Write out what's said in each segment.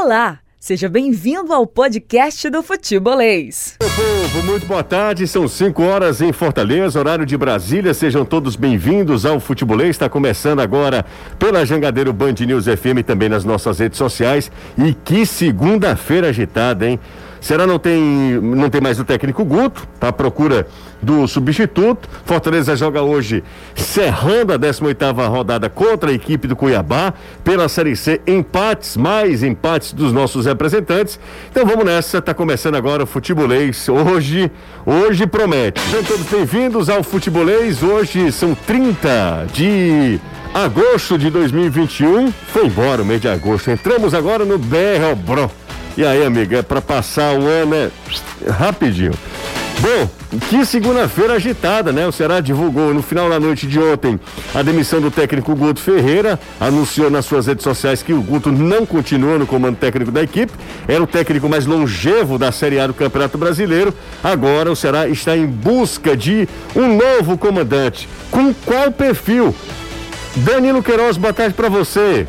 Olá, seja bem-vindo ao podcast do Futebolês. Meu povo, muito boa tarde, são 5 horas em Fortaleza, horário de Brasília, sejam todos bem-vindos ao Futebolês, está começando agora pela Jangadeiro Band News FM e também nas nossas redes sociais. E que segunda-feira agitada, hein? Será não tem mais o técnico Guto, tá à procura do substituto. Fortaleza joga hoje, cerrando a 18ª rodada contra a equipe do Cuiabá, pela Série C, mais empates dos nossos representantes. Então vamos nessa, tá começando agora o Futebolês, hoje promete. Sejam todos bem-vindos ao Futebolês, hoje são 30 de agosto de 2021, foi embora o mês de agosto, entramos agora no BR. E aí, amiga, é pra passar o ano, rapidinho. Bom, que segunda-feira agitada, né? O Ceará divulgou no final da noite de ontem a demissão do técnico Guto Ferreira, anunciou nas suas redes sociais que o Guto não continua no comando técnico da equipe, era o técnico mais longevo da Série A do Campeonato Brasileiro. Agora o Ceará está em busca de um novo comandante. Com qual perfil? Danilo Queiroz, boa tarde pra você.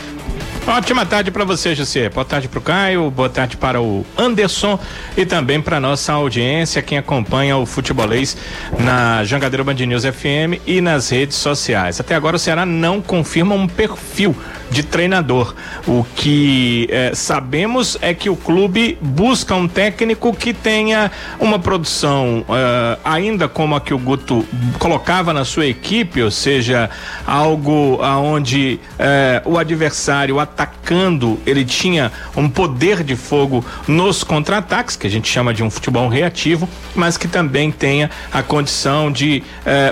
Ótima tarde para você, José. Boa tarde para o Caio, boa tarde para o Anderson e também para nossa audiência, quem acompanha o Futebolês na Jangadeiro Band News FM e nas redes sociais. Até agora o Ceará não confirma um perfil de treinador. O que sabemos é que o clube busca um técnico que tenha uma produção ainda como a que o Guto colocava na sua equipe, ou seja, algo aonde o adversário atacando, ele tinha um poder de fogo nos contra-ataques, que a gente chama de um futebol reativo, mas que também tenha a condição de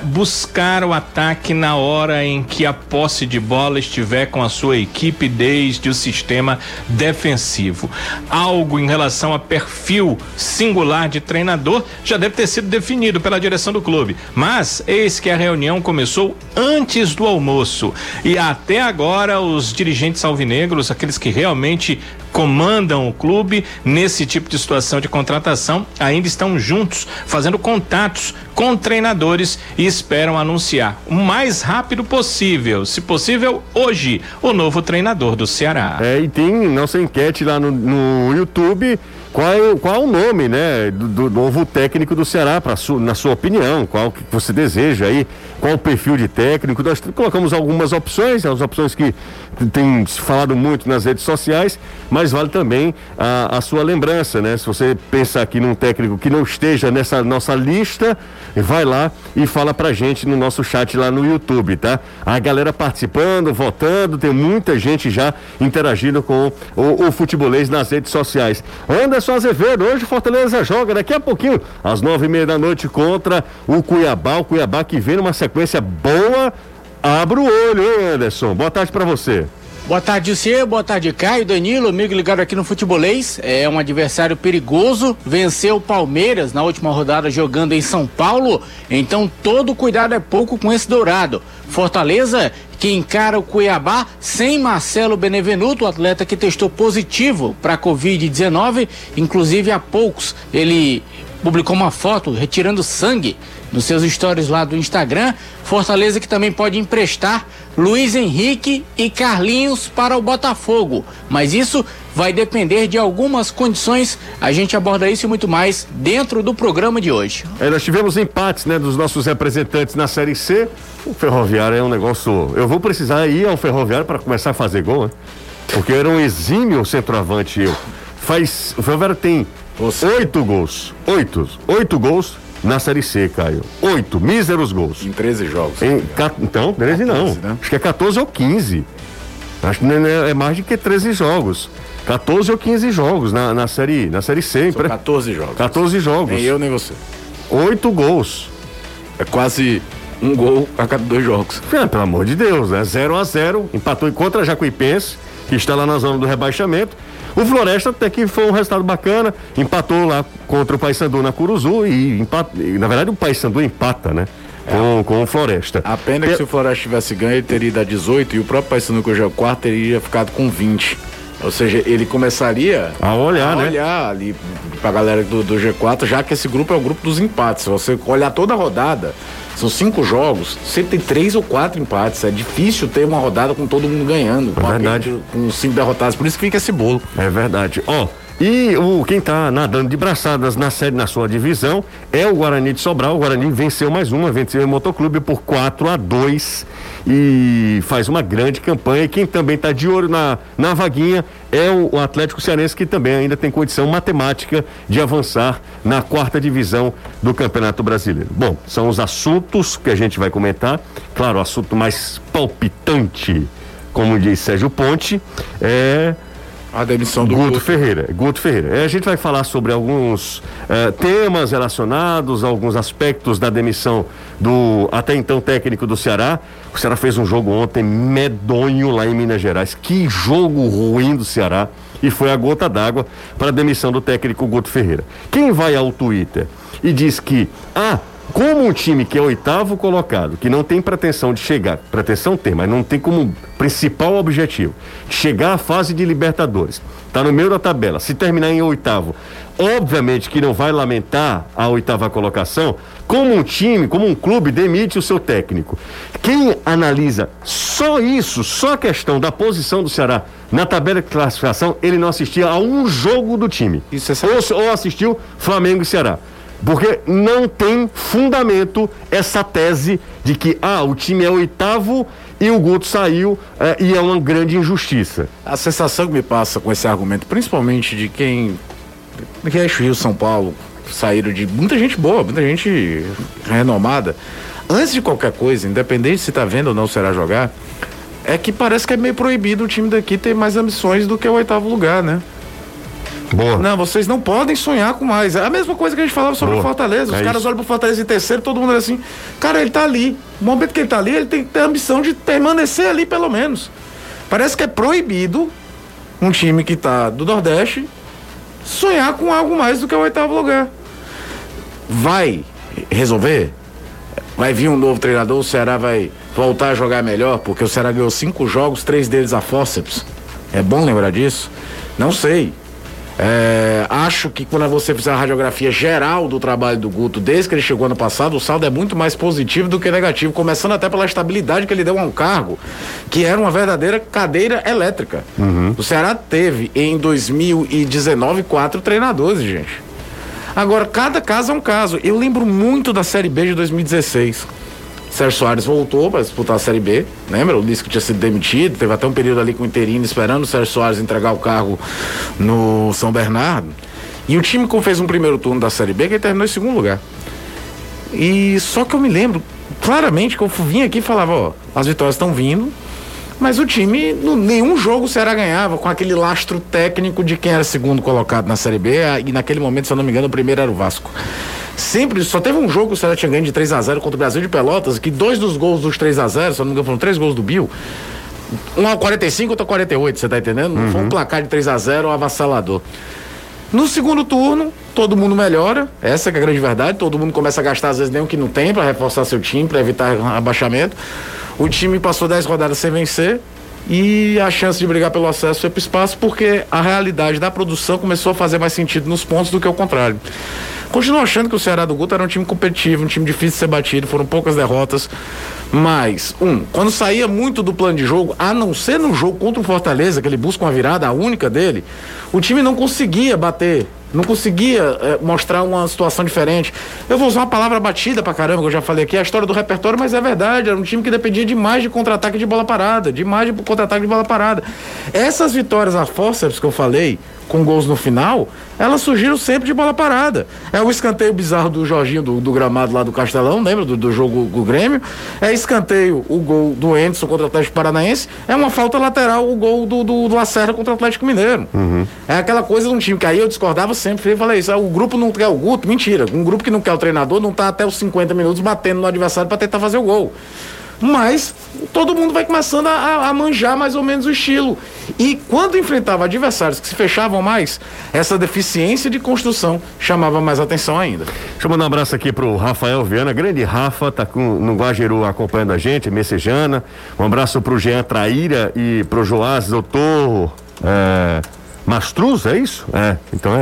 buscar o ataque na hora em que a posse de bola estiver com a sua equipe desde o sistema defensivo. Algo em relação a perfil singular de treinador já deve ter sido definido pela direção do clube, mas eis que a reunião começou antes do almoço e até agora os dirigentes alvinegros, aqueles que realmente comandam o clube nesse tipo de situação de contratação, ainda estão juntos, fazendo contatos com treinadores e esperam anunciar o mais rápido possível, se possível hoje, o novo treinador do Ceará. E tem nossa enquete lá no YouTube, qual o nome, né, do novo técnico do Ceará, na sua opinião, qual que você deseja aí, qual o perfil de técnico. Nós colocamos algumas opções, as opções que tem se falado muito nas redes sociais, mas vale também a sua lembrança, né? Se você pensar aqui num técnico que não esteja nessa nossa lista, vai lá e fala pra gente no nosso chat lá no YouTube, tá? A galera participando, votando, tem muita gente já interagindo com o Futebolês nas redes sociais. Anderson Azevedo, hoje Fortaleza joga daqui a pouquinho, às 9:30 da noite, contra o Cuiabá que vem numa sequência boa. Abra o olho, hein, Anderson? Boa tarde pra você. Boa tarde, José. Boa tarde, Caio, Danilo, amigo ligado aqui no Futebolês. É um adversário perigoso, venceu o Palmeiras na última rodada jogando em São Paulo, então todo cuidado é pouco com esse Dourado. Fortaleza que encara o Cuiabá sem Marcelo Benevenuto, o atleta que testou positivo para a Covid-19, inclusive há poucos ele publicou uma foto retirando sangue nos seus stories lá do Instagram. Fortaleza que também pode emprestar Luiz Henrique e Carlinhos para o Botafogo, mas isso vai depender de algumas condições. A gente aborda isso e muito mais dentro do programa de hoje. Nós tivemos empates, né, dos nossos representantes na Série C. O Ferroviário é um negócio, eu vou precisar ir ao Ferroviário para começar a fazer gol, né? Porque era um exímio centroavante. O Ferroviário tem 8 gols na Série C, Caio. 8 míseros gols. Em 13 jogos. Então, 13 não. Né? Acho que é 14 ou 15. Acho que é mais de que 13 jogos. 14 ou 15 jogos na série C. São 14 jogos. 14 jogos. Nem eu, nem você. 8 gols. É quase um gol a cada 2 jogos. Pelo amor de Deus, né? 0-0, empatou contra a Jacuipense, que está lá na zona do rebaixamento. O Floresta até que foi um resultado bacana, empatou lá contra o Paysandu na Curuzu e na verdade o Paysandu empata, né? Com o Floresta. A pena que se o Floresta tivesse ganho, ele teria ido a 18 e o próprio Paysandu, que hoje é o quarto, teria ficado com 20. Ou seja, ele começaria a olhar ali pra galera do G4, já que esse grupo é o grupo dos empates. Se você olhar toda a rodada, São 5 jogos, sempre tem 3 ou 4 empates. É difícil ter uma rodada com todo mundo ganhando. É verdade. Com 5 derrotados, por isso que fica esse bolo. É verdade. E quem tá nadando de braçadas na série, na sua divisão, é o Guarani de Sobral. O Guarani venceu o Motoclube por 4-2 e faz uma grande campanha. E quem também tá de olho na vaguinha é o Atlético Cearense, que também ainda tem condição matemática de avançar na 4ª divisão do Campeonato Brasileiro. Bom, são os assuntos que a gente vai comentar. Claro, o assunto mais palpitante, como diz Sérgio Ponte, é a demissão do Guto Ferreira. A gente vai falar sobre alguns temas relacionados, alguns aspectos da demissão do até então técnico do Ceará. O Ceará fez um jogo ontem medonho lá em Minas Gerais. Que jogo ruim do Ceará. E foi a gota d'água para a demissão do técnico Guto Ferreira. Quem vai ao Twitter e diz que como um time que é 8º colocado, que não tem pretensão de chegar, pretensão tem, mas não tem como principal objetivo chegar à fase de Libertadores, tá no meio da tabela, se terminar em 8º, obviamente que não vai lamentar a 8ª colocação, como um time, como um clube demite o seu técnico. Quem analisa só isso, só a questão da posição do Ceará na tabela de classificação, ele não assistia a um jogo do time, ou assistiu Flamengo e Ceará. Porque não tem fundamento essa tese de que o time é 8º e o Guto saiu e é uma grande injustiça. A sensação que me passa com esse argumento, principalmente de quem Eixo Rio, São Paulo, saíram de muita gente boa, muita gente renomada, antes de qualquer coisa, independente se tá vendo ou não o Ceará jogar, é que parece que é meio proibido o time daqui ter mais ambições do que o 8º lugar, né? Boa. Não, vocês não podem sonhar com mais. É a mesma coisa que a gente falava sobre o Fortaleza. Os caras olham pro Fortaleza em terceiro, todo mundo é assim, cara, ele tá ali. No momento que ele tá ali, ele tem que ter a ambição de permanecer ali pelo menos. Parece que é proibido um time que tá do Nordeste sonhar com algo mais do que o 8º lugar. Vai resolver? Vai vir um novo treinador, o Ceará vai voltar a jogar melhor, porque o Ceará ganhou 5 jogos, 3 deles a fórceps. É bom lembrar disso? Não sei. Acho que quando você fizer a radiografia geral do trabalho do Guto desde que ele chegou ano passado, o saldo é muito mais positivo do que negativo, começando até pela estabilidade que ele deu a um cargo que era uma verdadeira cadeira elétrica. O Ceará teve em 2019 4 treinadores, gente. Agora, cada caso é um caso. Eu lembro muito da Série B de 2016. Sérgio Soares voltou para disputar a Série B, lembra? O Lisca tinha sido demitido, teve até um período ali com o interino esperando o Sérgio Soares entregar o cargo no São Bernardo. E o time fez um primeiro turno da Série B que ele terminou em 2º lugar. E só que eu me lembro claramente que eu vim aqui e falava, as vitórias estão vindo, mas o time, nenhum jogo o Ceará ganhava com aquele lastro técnico de quem era 2º colocado na Série B, e naquele momento, se eu não me engano, o primeiro era o Vasco. Sempre, só teve um jogo que o Ceará tinha ganho de 3-0 contra o Brasil de Pelotas, que 2 dos gols dos 3-0, se eu não me engano, foram 3 gols do Bill. Um ao 45, outro ao 48, você tá entendendo? Foi um placar de 3-0 avassalador. No segundo turno, todo mundo melhora, essa que é a grande verdade, todo mundo começa a gastar às vezes nem o que não tem pra reforçar seu time, pra evitar abaixamento. O time passou 10 rodadas sem vencer e a chance de brigar pelo acesso foi pro espaço, porque a realidade da produção começou a fazer mais sentido nos pontos do que o contrário. Continuo achando que o Ceará do Guto era um time competitivo, um time difícil de ser batido, foram poucas derrotas, mas, quando saía muito do plano de jogo, a não ser no jogo contra o Fortaleza, que ele busca uma virada, a única dele, o time não conseguia bater, não conseguia mostrar uma situação diferente. Eu vou usar uma palavra batida pra caramba, que eu já falei aqui, a história do repertório, mas é verdade, era um time que dependia demais de contra-ataque de bola parada, Essas vitórias a forceps que eu falei, com gols no final, elas surgiram sempre de bola parada. É o escanteio bizarro do Jorginho do gramado lá do Castelão, lembra do jogo do Grêmio? É escanteio o gol do Anderson contra o Atlético Paranaense, é uma falta lateral o gol do Lacerda contra o Atlético Mineiro. É aquela coisa de um time que aí eu discordava sempre, eu falei isso, o grupo não quer o Guto, mentira, um grupo que não quer o treinador não tá até os 50 minutos batendo no adversário para tentar fazer o gol. Mas todo mundo vai começando a manjar mais ou menos o estilo. E quando enfrentava adversários que se fechavam mais, essa deficiência de construção chamava mais atenção ainda. Deixa eu mandar um abraço aqui pro Rafael Viana, grande Rafa, tá no Guajiru acompanhando a gente, Messejana. Um abraço pro Jean Traíra e pro Joás, doutor Mastruz, é isso? Então é isso.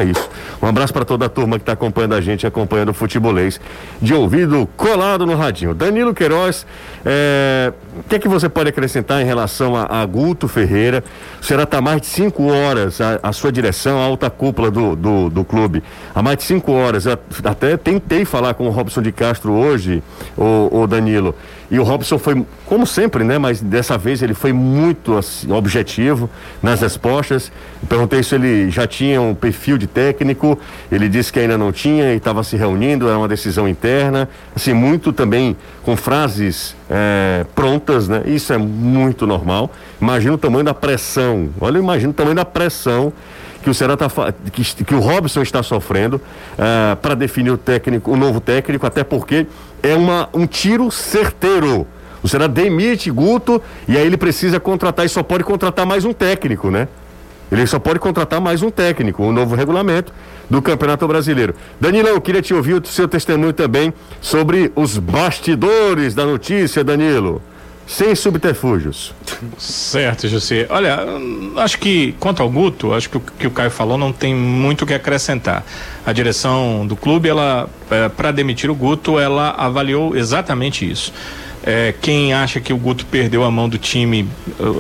Um abraço para toda a turma que está acompanhando a gente, acompanhando o Futebolês de ouvido colado no radinho. Danilo Queiroz, o que é que você pode acrescentar em relação a Guto Ferreira? O Ceará está há mais de 5 horas, a sua direção, a alta cúpula do clube, há mais de 5 horas. Eu até tentei falar com o Robson de Castro hoje, o Danilo, e o Robson foi, como sempre, né? Mas dessa vez ele foi muito assim, objetivo nas respostas. Eu perguntei se ele já tinha um perfil de técnico, ele disse que ainda não tinha e estava se reunindo, era uma decisão interna, assim, muito também com frases prontas, né? Isso é muito normal. Imagina o tamanho da pressão, imagina o tamanho da pressão que o Ceará que o Robson está sofrendo para definir o novo técnico, até porque é um tiro certeiro. O Ceará demite Guto e aí ele precisa contratar, e só pode contratar mais um técnico, né? Ele só pode contratar mais um técnico, um novo regulamento do Campeonato Brasileiro. Danilo, eu queria te ouvir o seu testemunho também sobre os bastidores da notícia, Danilo. Sem subterfúgios. Certo, José. Olha, acho que quanto ao Guto, acho que o que o Caio falou não tem muito o que acrescentar. A direção do clube, ela, para demitir o Guto, ela avaliou exatamente isso. Quem acha que o Guto perdeu a mão do time,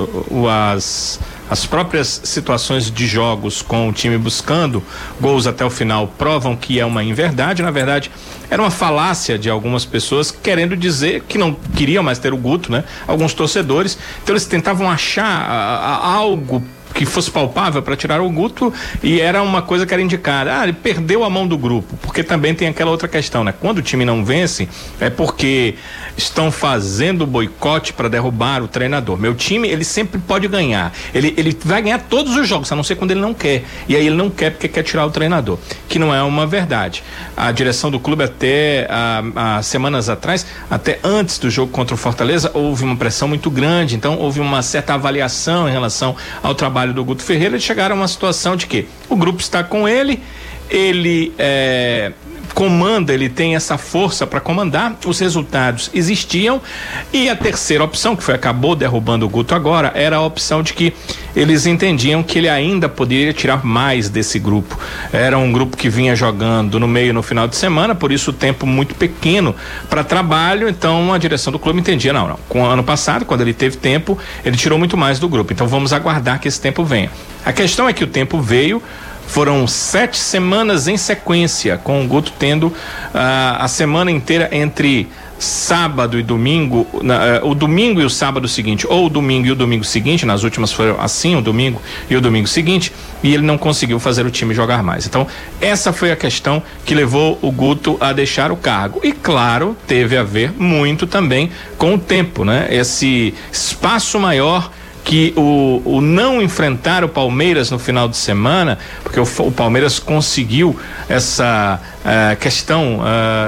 as próprias situações de jogos com o time buscando gols até o final provam que é uma inverdade. Na verdade, era uma falácia de algumas pessoas querendo dizer que não queriam mais ter o Guto, né? Alguns torcedores. Então eles tentavam achar algo que fosse palpável para tirar o Guto, e era uma coisa que era indicada. Ele perdeu a mão do grupo, porque também tem aquela outra questão, né? Quando o time não vence, é porque estão fazendo boicote para derrubar o treinador. Meu time, ele sempre pode ganhar. Ele vai ganhar todos os jogos, a não ser quando ele não quer. E aí ele não quer porque quer tirar o treinador, que não é uma verdade. A direção do clube até há semanas atrás, até antes do jogo contra o Fortaleza, houve uma pressão muito grande, então houve uma certa avaliação em relação ao trabalho do Guto Ferreira. Eles chegaram a uma situação de que o grupo está com ele comanda, ele tem essa força para comandar, os resultados existiam, e a terceira opção, que acabou derrubando o Guto agora, era a opção de que eles entendiam que ele ainda poderia tirar mais desse grupo. Era um grupo que vinha jogando no meio e no final de semana, por isso o tempo muito pequeno para trabalho. Então a direção do clube entendia, não, com o ano passado, quando ele teve tempo, ele tirou muito mais do grupo, então vamos aguardar que esse tempo venha. A questão é que o tempo veio. Foram 7 semanas em sequência, com o Guto tendo a semana inteira entre sábado e domingo, o domingo e o sábado seguinte, ou o domingo e o domingo seguinte. Nas últimas foram assim, o domingo e o domingo seguinte, e ele não conseguiu fazer o time jogar mais. Então, essa foi a questão que levou o Guto a deixar o cargo. E claro, teve a ver muito também com o tempo, né? Esse espaço maior que o não enfrentar o Palmeiras no final de semana, porque o Palmeiras conseguiu essa questão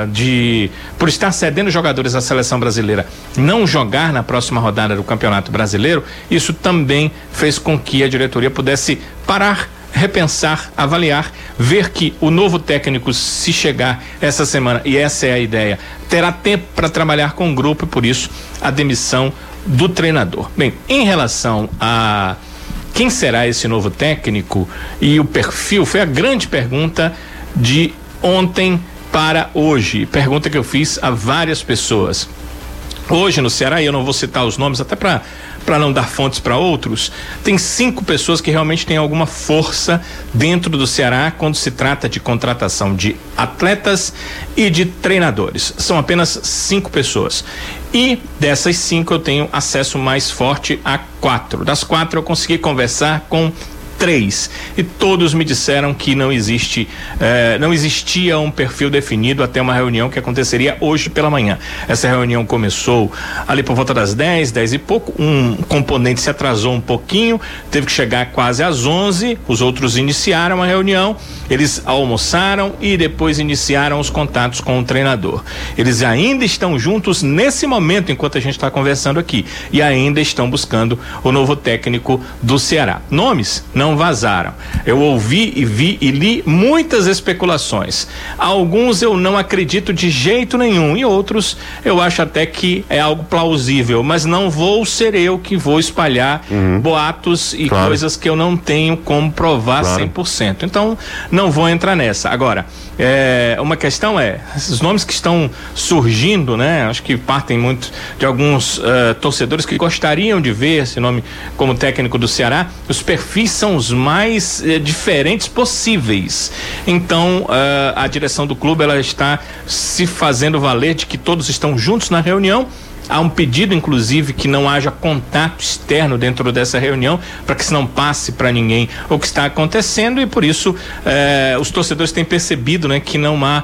por estar cedendo jogadores à seleção brasileira, não jogar na próxima rodada do Campeonato Brasileiro. Isso também fez com que a diretoria pudesse parar, repensar, avaliar, ver que o novo técnico, se chegar essa semana, e essa é a ideia, terá tempo para trabalhar com o grupo, e por isso a demissão do treinador. Bem, em relação a quem será esse novo técnico e o perfil, foi a grande pergunta de ontem para hoje, pergunta que eu fiz a várias pessoas. Hoje no Ceará, e eu não vou citar os nomes até para não dar fontes para outros, tem 5 pessoas que realmente têm alguma força dentro do Ceará quando se trata de contratação de atletas e de treinadores. São apenas 5 pessoas. E dessas 5 eu tenho acesso mais forte a 4. Das 4 eu consegui conversar com 3, e todos me disseram que não existia um perfil definido até uma reunião que aconteceria hoje pela manhã. Essa reunião começou ali por volta das 10 e pouco, um componente se atrasou um pouquinho, teve que chegar quase às 11, os outros iniciaram a reunião, eles almoçaram e depois iniciaram os contatos com o treinador. Eles ainda estão juntos nesse momento enquanto a gente está conversando aqui, e ainda estão buscando o novo técnico do Ceará. Nomes não não vazaram. Eu ouvi e vi e li muitas especulações. Alguns eu não acredito de jeito nenhum e outros eu acho até que é algo plausível, mas não vou ser eu que vou espalhar boatos e coisas que eu não tenho como provar 100%. Então, não vou entrar nessa. Agora, uma questão esses nomes que estão surgindo, né? Acho que partem muito de alguns torcedores que gostariam de ver esse nome como técnico do Ceará. Os perfis são os mais diferentes possíveis. Então, a direção do clube, ela está se fazendo valer de que todos estão juntos na reunião. Há um pedido, inclusive, que não haja contato externo dentro dessa reunião, para que isso não passe para ninguém o que está acontecendo, e por isso os torcedores têm percebido, né, que não há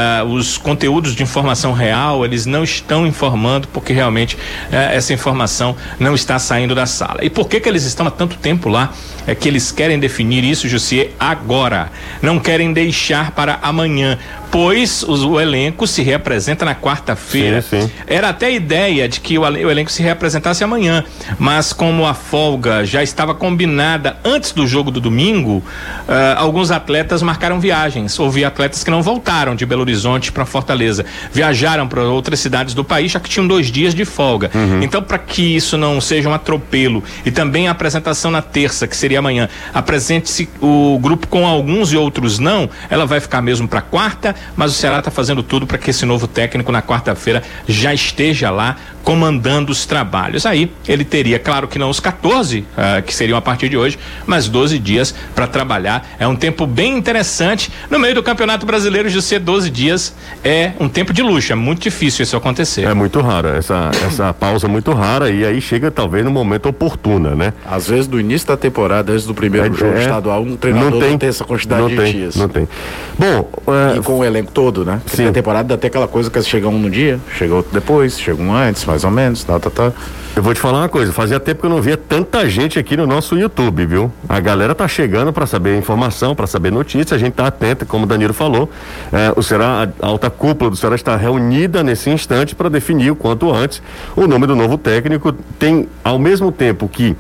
os conteúdos de informação real, eles não estão informando, porque realmente essa informação não está saindo da sala. E por que eles estão há tanto tempo lá? É que eles querem definir isso, Jussier, agora. Não querem deixar para amanhã, pois o elenco se reapresenta na quarta-feira. Sim. Era até a ideia de que o elenco se reapresentasse amanhã, mas como a folga já estava combinada antes do jogo do domingo, alguns atletas marcaram viagens. Houve atletas que não voltaram de Belo Horizonte para Fortaleza, viajaram para outras cidades do país, já que tinham 2 dias de folga. Então, para que isso não seja um atropelo, e também a apresentação na terça, que seria amanhã, apresente-se o grupo com alguns e outros não, ela vai ficar mesmo para quarta, mas o Ceará está fazendo tudo para que esse novo técnico na quarta-feira já esteja lá comandando os trabalhos. Aí ele teria, claro que não os 14, que seriam a partir de hoje, mas 12 dias para trabalhar. É um tempo bem interessante. No meio do Campeonato Brasileiro, de ser 12 dias é um tempo de luxo, é muito difícil isso acontecer. É muito raro, essa pausa é muito rara, e aí chega talvez no momento oportuno, né? Às vezes no início da temporada, antes do primeiro jogo estadual, um treinador não tem essa quantidade de dias. Não tem. Bom, e com o elenco todo, né? Porque a temporada dá até aquela coisa que chega um no dia, chega outro depois, chega um antes, mais ou menos, tá. Eu vou te falar uma coisa, fazia tempo que eu não via tanta gente aqui no nosso YouTube, viu? A galera tá chegando para saber informação, para saber notícia, a gente tá atento, como o Danilo falou. O Ceará, a alta cúpula do Ceará está reunida nesse instante para definir o quanto antes o nome do novo técnico. Tem, ao mesmo tempo que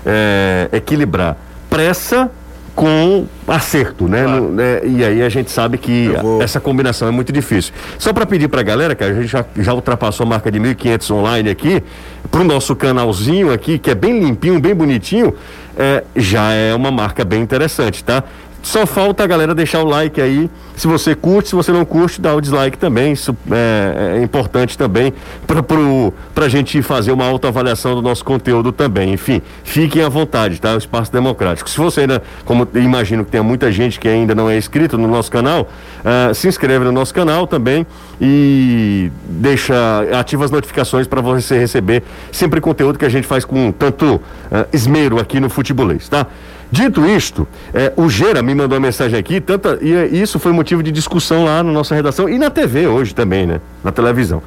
equilibrar pressa com acerto, né? Claro. E aí a gente sabe que essa combinação é muito difícil. Só para pedir pra galera, que a gente já ultrapassou a marca de 1.500 online aqui, pro nosso canalzinho aqui, que é bem limpinho, bem bonitinho, já é uma marca bem interessante, tá? Só falta a galera deixar o like aí, se você curte, se você não curte, dá o dislike também, isso é importante também pra gente fazer uma autoavaliação do nosso conteúdo também. Enfim, fiquem à vontade, tá? O espaço democrático. Se você ainda, como eu imagino que tenha muita gente que ainda não é inscrito no nosso canal, se inscreve no nosso canal também e ativa as notificações para você receber sempre conteúdo que a gente faz com tanto esmero aqui no Futebolês, tá? Dito isto, o Gera me mandou uma mensagem aqui, e isso foi motivo de discussão lá na nossa redação e na TV hoje também, né? Na televisão.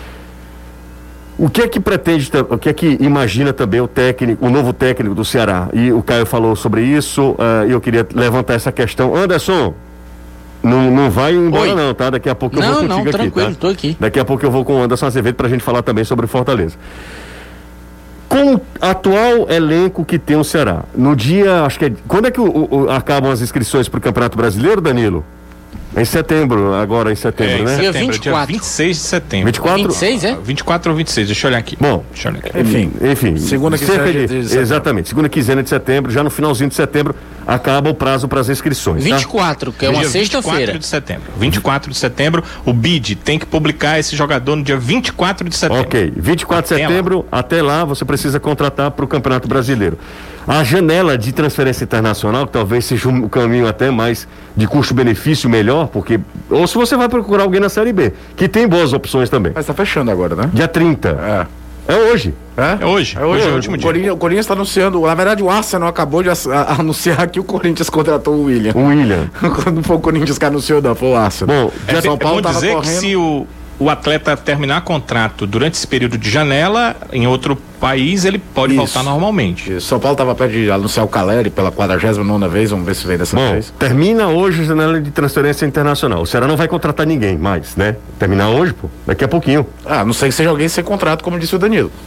O que é que pretende, o que é que imagina também o novo técnico do Ceará? E o Caio falou sobre isso, e eu queria levantar essa questão. Anderson, não vai embora não, tá? Daqui a pouco eu vou contigo aqui, tranquilo, tá? Tô aqui. Daqui a pouco eu vou com o Anderson Azevedo pra gente falar também sobre Fortaleza. Com o atual elenco que tem o Ceará, no dia, acho que quando é que acabam as inscrições para o Campeonato Brasileiro, Danilo? Em setembro, agora em setembro, né? Dia 24. Dia 26 de setembro. 24? 26, é? 24 ou 26, deixa eu olhar aqui. Bom, deixa eu olhar aqui. Enfim. Segunda quinzena de setembro. Exatamente, segunda quinzena de setembro, já no finalzinho de setembro, acaba o prazo para as inscrições. 24, tá? Que é uma sexta-feira. 24 de setembro, o BID tem que publicar esse jogador no dia 24 de setembro. Ok, 24 de setembro, até lá você precisa contratar para o Campeonato Brasileiro. A janela de transferência internacional, que talvez seja um caminho até mais de custo-benefício melhor, porque, ou se você vai procurar alguém na Série B, que tem boas opções também. Mas tá fechando agora, né? Dia 30. É hoje. É hoje. Hoje é o último dia. O Corinthians está anunciando, na verdade o Arsenal acabou de anunciar que o Corinthians contratou o William. Não foi o Corinthians que anunciou, não, foi o Arsenal. Bom, São Paulo estava correndo. Que se o atleta terminar contrato durante esse período de janela em outro país, ele pode voltar normalmente. São Paulo estava perto de anunciar o Caleri pela 49ª vez, vamos ver se vem dessa vez. Termina hoje a janela de transferência internacional. O Ceará não vai contratar ninguém mais, né? Terminar hoje, daqui a pouquinho. Não sei que seja alguém sem contrato, como disse o Danilo.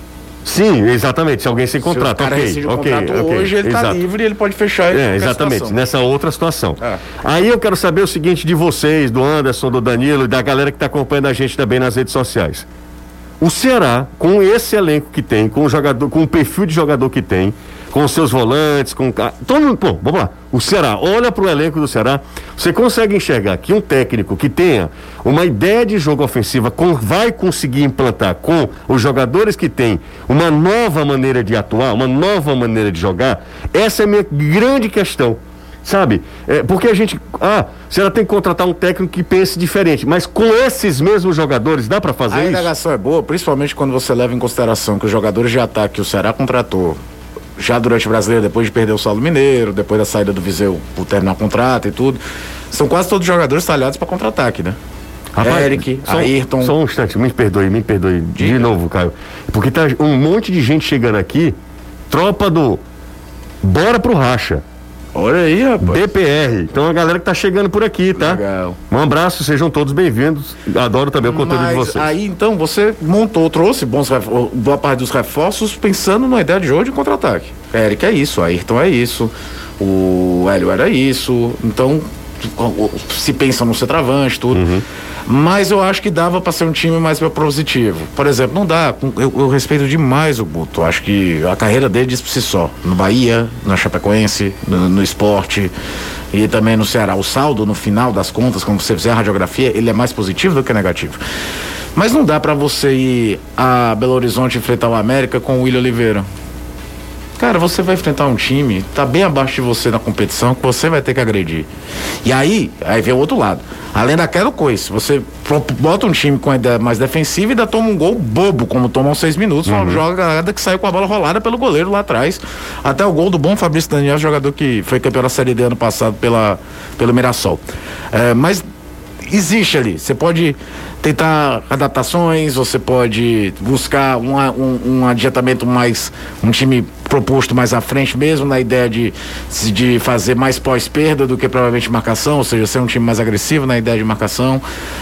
Sim, exatamente. Se alguém se contrata, o cara rescinde o contrato hoje, ele está livre e ele pode fechar exatamente, situação. Nessa outra situação. É. Aí eu quero saber o seguinte de vocês, do Anderson, do Danilo e da galera que está acompanhando a gente também nas redes sociais. O Ceará, com esse elenco que tem, com o perfil de jogador que tem, com os seus volantes, todo mundo, vamos lá. O Ceará, olha para o elenco do Ceará, você consegue enxergar que um técnico que tenha uma ideia de jogo ofensiva vai conseguir implantar com os jogadores que tem uma nova maneira de atuar, uma nova maneira de jogar? Essa é a minha grande questão. Sabe? Porque a gente. Você tem que contratar um técnico que pense diferente, mas com esses mesmos jogadores dá para fazer isso? A indagação é boa, principalmente quando você leva em consideração que os jogadores de ataque que o Ceará contratou já durante o Brasileiro, depois de perder o Saulo Mineiro, depois da saída do Viseu por terminar o contrato e tudo, são quase todos jogadores talhados para contra-ataque, né? Rapaz, Eric, Ayrton. Só um instante, me perdoe de novo, Caio. Porque tá um monte de gente chegando aqui, tropa do Bora pro Racha. Olha aí, rapaz. BPR. Então a galera que tá chegando por aqui, tá? Legal. Um abraço, sejam todos bem-vindos. Adoro também o conteúdo de vocês. Aí então você trouxe boa parte dos reforços pensando na ideia de jogo de contra-ataque. Eric é isso, Ayrton é isso, o Hélio era isso. Então se pensa no centroavante, tudo. Mas eu acho que dava para ser um time mais propositivo. Por exemplo, não dá. Eu respeito demais o Guto. Acho que a carreira dele diz por si só. No Bahia, na Chapecoense, no Sport e também no Ceará. O saldo, no final das contas, quando você fizer a radiografia, ele é mais positivo do que negativo. Mas não dá para você ir a Belo Horizonte enfrentar o América com o William Oliveira. Cara, você vai enfrentar um time, tá bem abaixo de você na competição, que você vai ter que agredir. E aí vem o outro lado. Além daquela coisa, você bota um time com a ideia mais defensiva e ainda toma um gol bobo, como toma aos 6 minutos, uma jogada que saiu com a bola rolada pelo goleiro lá atrás. Até o gol do bom Fabrício Daniel, jogador que foi campeão da Série D ano passado pelo Mirassol. Mas existe ali, você pode tentar adaptações, você pode buscar um adiantamento mais, um time proposto mais à frente mesmo, na ideia de fazer mais pós-perda do que provavelmente marcação, ou seja, ser um time mais agressivo na ideia de marcação,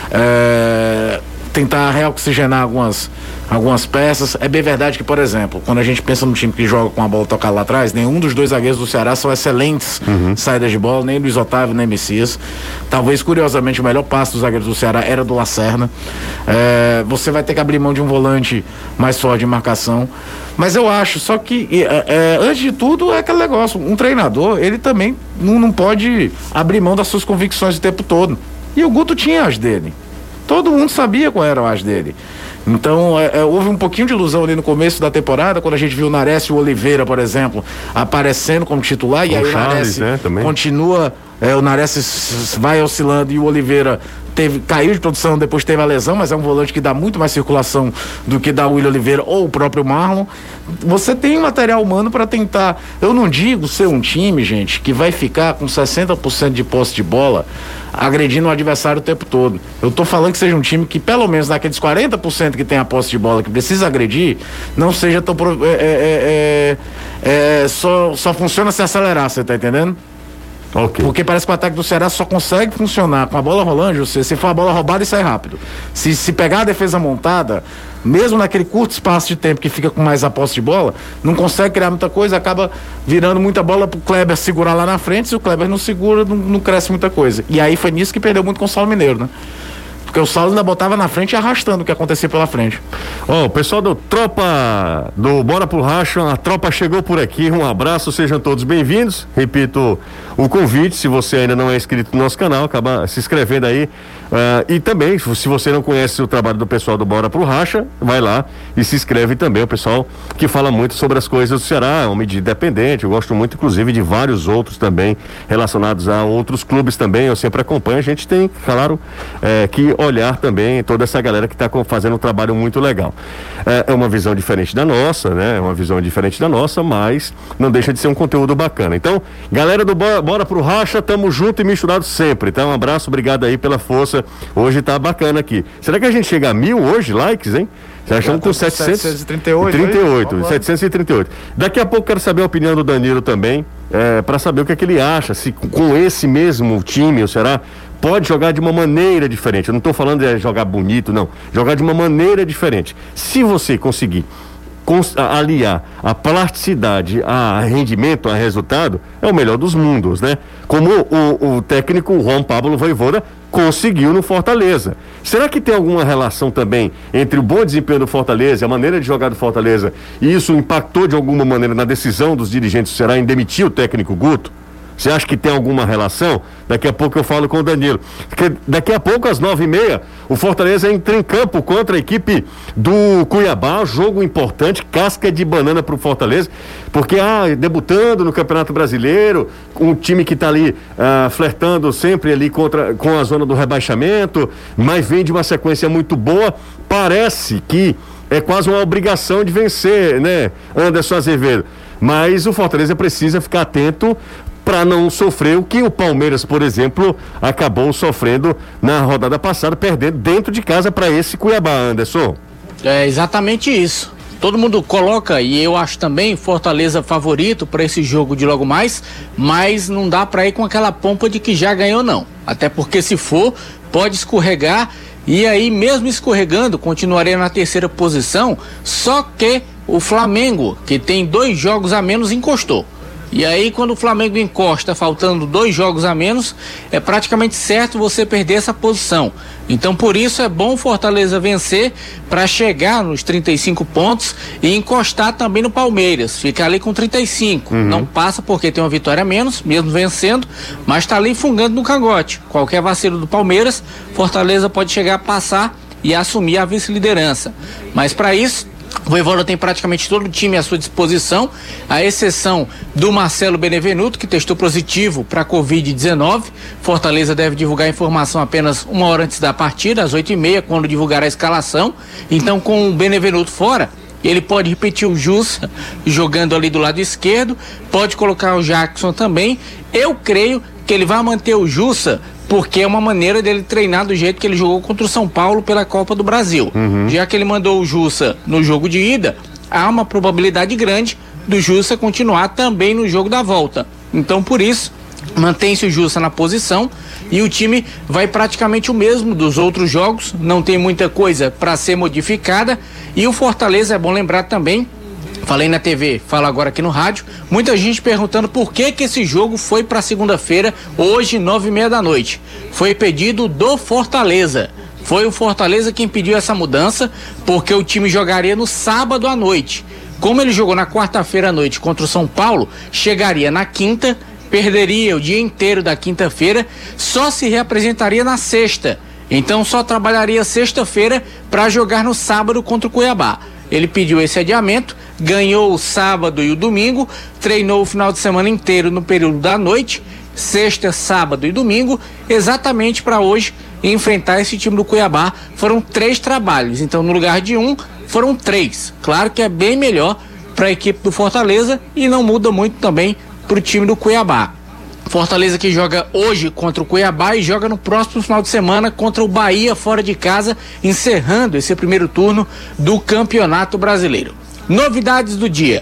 tentar reoxigenar algumas peças. É bem verdade que, por exemplo, quando a gente pensa no time que joga com a bola tocada lá atrás, nenhum dos dois zagueiros do Ceará são excelentes saídas de bola, nem Luiz Otávio, nem Messias. Talvez, curiosamente, o melhor passe dos zagueiros do Ceará era do Lacerna. Você vai ter que abrir mão de um volante mais forte de marcação. Mas eu acho, só que antes de tudo é aquele negócio, um treinador, ele também não pode abrir mão das suas convicções o tempo todo. E o Guto tinha as dele. Todo mundo sabia qual era o as dele. Então, houve um pouquinho de ilusão ali no começo da temporada, quando a gente viu o Nares e o Oliveira, por exemplo, aparecendo como titular, e aí o Nares continua, o Nares vai oscilando e o Oliveira caiu de produção, depois teve a lesão, mas é um volante que dá muito mais circulação do que dá o William Oliveira ou o próprio Marlon. Você tem material humano para tentar. Eu não digo ser um time, gente, que vai ficar com 60% de posse de bola agredindo o adversário o tempo todo. Eu tô falando que seja um time que, pelo menos naqueles 40% que tem a posse de bola, que precisa agredir, não seja tão só funciona se acelerar, você tá entendendo? Okay. Porque parece que o ataque do Ceará só consegue funcionar com a bola rolando, se for a bola roubada e sai rápido. Se pegar a defesa montada, mesmo naquele curto espaço de tempo que fica com mais a posse de bola, não consegue criar muita coisa, acaba virando muita bola pro Kleber segurar lá na frente. Se o Kleber não segura, não cresce muita coisa. E aí foi nisso que perdeu muito com o Saulo Mineiro, né? Porque o Saulo ainda botava na frente e arrastando o que acontecia pela frente. O pessoal do Tropa do Bora pro Racha, a tropa chegou por aqui, um abraço, sejam todos bem-vindos. Repito o convite, se você ainda não é inscrito no nosso canal, acaba se inscrevendo aí. E também, se você não conhece o trabalho do pessoal do Bora pro Racha, vai lá e se inscreve também, o pessoal que fala muito sobre as coisas do Ceará, é uma medida independente, eu gosto muito inclusive de vários outros também, relacionados a outros clubes também, eu sempre acompanho, a gente tem, claro, que olhar também toda essa galera que está fazendo um trabalho muito legal. É uma visão diferente da nossa, né? É uma visão diferente da nossa, mas não deixa de ser um conteúdo bacana. Então, galera do Bora pro Racha, tamo junto e misturado sempre, tá? Um abraço, obrigado aí pela força. Hoje tá bacana aqui. Será que a gente chega a 1000 hoje, likes, hein? Já estamos com 738. Daqui a pouco quero saber a opinião do Danilo também, para saber o que é que ele acha, se com esse mesmo time, ou será, pode jogar de uma maneira diferente. Eu não estou falando de jogar bonito, não. Jogar de uma maneira diferente. Se você conseguir aliar a plasticidade a rendimento, a resultado, é o melhor dos mundos, né? Como o técnico Juan Pablo Vojvoda conseguiu no Fortaleza. Será que tem alguma relação também entre o bom desempenho do Fortaleza, a maneira de jogar do Fortaleza, e isso impactou de alguma maneira na decisão dos dirigentes do Ceará em demitir o técnico Guto? Você acha que tem alguma relação? Daqui a pouco eu falo com o Danilo. Porque daqui a pouco, às 9h30, o Fortaleza entra em campo contra a equipe do Cuiabá, jogo importante, casca de banana para o Fortaleza, porque debutando no Campeonato Brasileiro, um time que está ali flertando sempre ali com a zona do rebaixamento, mas vem de uma sequência muito boa, parece que é quase uma obrigação de vencer, né, Anderson Azevedo? Mas o Fortaleza precisa ficar atento para não sofrer o que o Palmeiras, por exemplo, acabou sofrendo na rodada passada, perdendo dentro de casa para esse Cuiabá, Anderson. É exatamente isso. Todo mundo coloca, e eu acho também, Fortaleza favorito para esse jogo de logo mais, mas não dá para ir com aquela pompa de que já ganhou, não. Até porque se for, pode escorregar, e aí mesmo escorregando, continuaria na terceira posição, só que o Flamengo, que tem 2 jogos a menos, encostou. E aí, quando o Flamengo encosta, faltando 2 jogos a menos, é praticamente certo você perder essa posição. Então, por isso, é bom o Fortaleza vencer para chegar nos 35 pontos e encostar também no Palmeiras. Fica ali com 35. Não passa porque tem uma vitória a menos, mesmo vencendo, mas está ali fungando no cangote. Qualquer vacilo do Palmeiras, Fortaleza pode chegar a passar e assumir a vice-liderança. Mas para isso, o Vojvoda tem praticamente todo o time à sua disposição, à exceção do Marcelo Benevenuto, que testou positivo para a Covid-19. Fortaleza deve divulgar a informação apenas 1 hora antes da partida, às 8h30, quando divulgar a escalação. Então, com o Benevenuto fora, ele pode repetir o Jussa jogando ali do lado esquerdo, pode colocar o Jackson também. Eu creio que ele vai manter o Jussa, porque é uma maneira dele treinar do jeito que ele jogou contra o São Paulo pela Copa do Brasil. Já que ele mandou o Jussa no jogo de ida, há uma probabilidade grande do Jussa continuar também no jogo da volta. Então, por isso, mantém-se o Jussa na posição e o time vai praticamente o mesmo dos outros jogos, não tem muita coisa para ser modificada. E o Fortaleza, é bom lembrar também, falei na TV, falo agora aqui no rádio, muita gente perguntando por que esse jogo foi para segunda-feira, hoje, 9h30 da noite. Foi pedido do Fortaleza. Foi o Fortaleza quem pediu essa mudança, porque o time jogaria no sábado à noite. Como ele jogou na quarta-feira à noite contra o São Paulo, chegaria na quinta, perderia o dia inteiro da quinta-feira, só se reapresentaria na sexta. Então só trabalharia sexta-feira para jogar no sábado contra o Cuiabá. Ele pediu esse adiamento, ganhou o sábado e o domingo, treinou o final de semana inteiro no período da noite, sexta, sábado e domingo, exatamente para hoje enfrentar esse time do Cuiabá. Foram 3 trabalhos, então no lugar de 1, foram 3. Claro que é bem melhor para a equipe do Fortaleza e não muda muito também para o time do Cuiabá. Fortaleza que joga hoje contra o Cuiabá e joga no próximo final de semana contra o Bahia fora de casa, encerrando esse primeiro turno do Campeonato Brasileiro. Novidades do dia.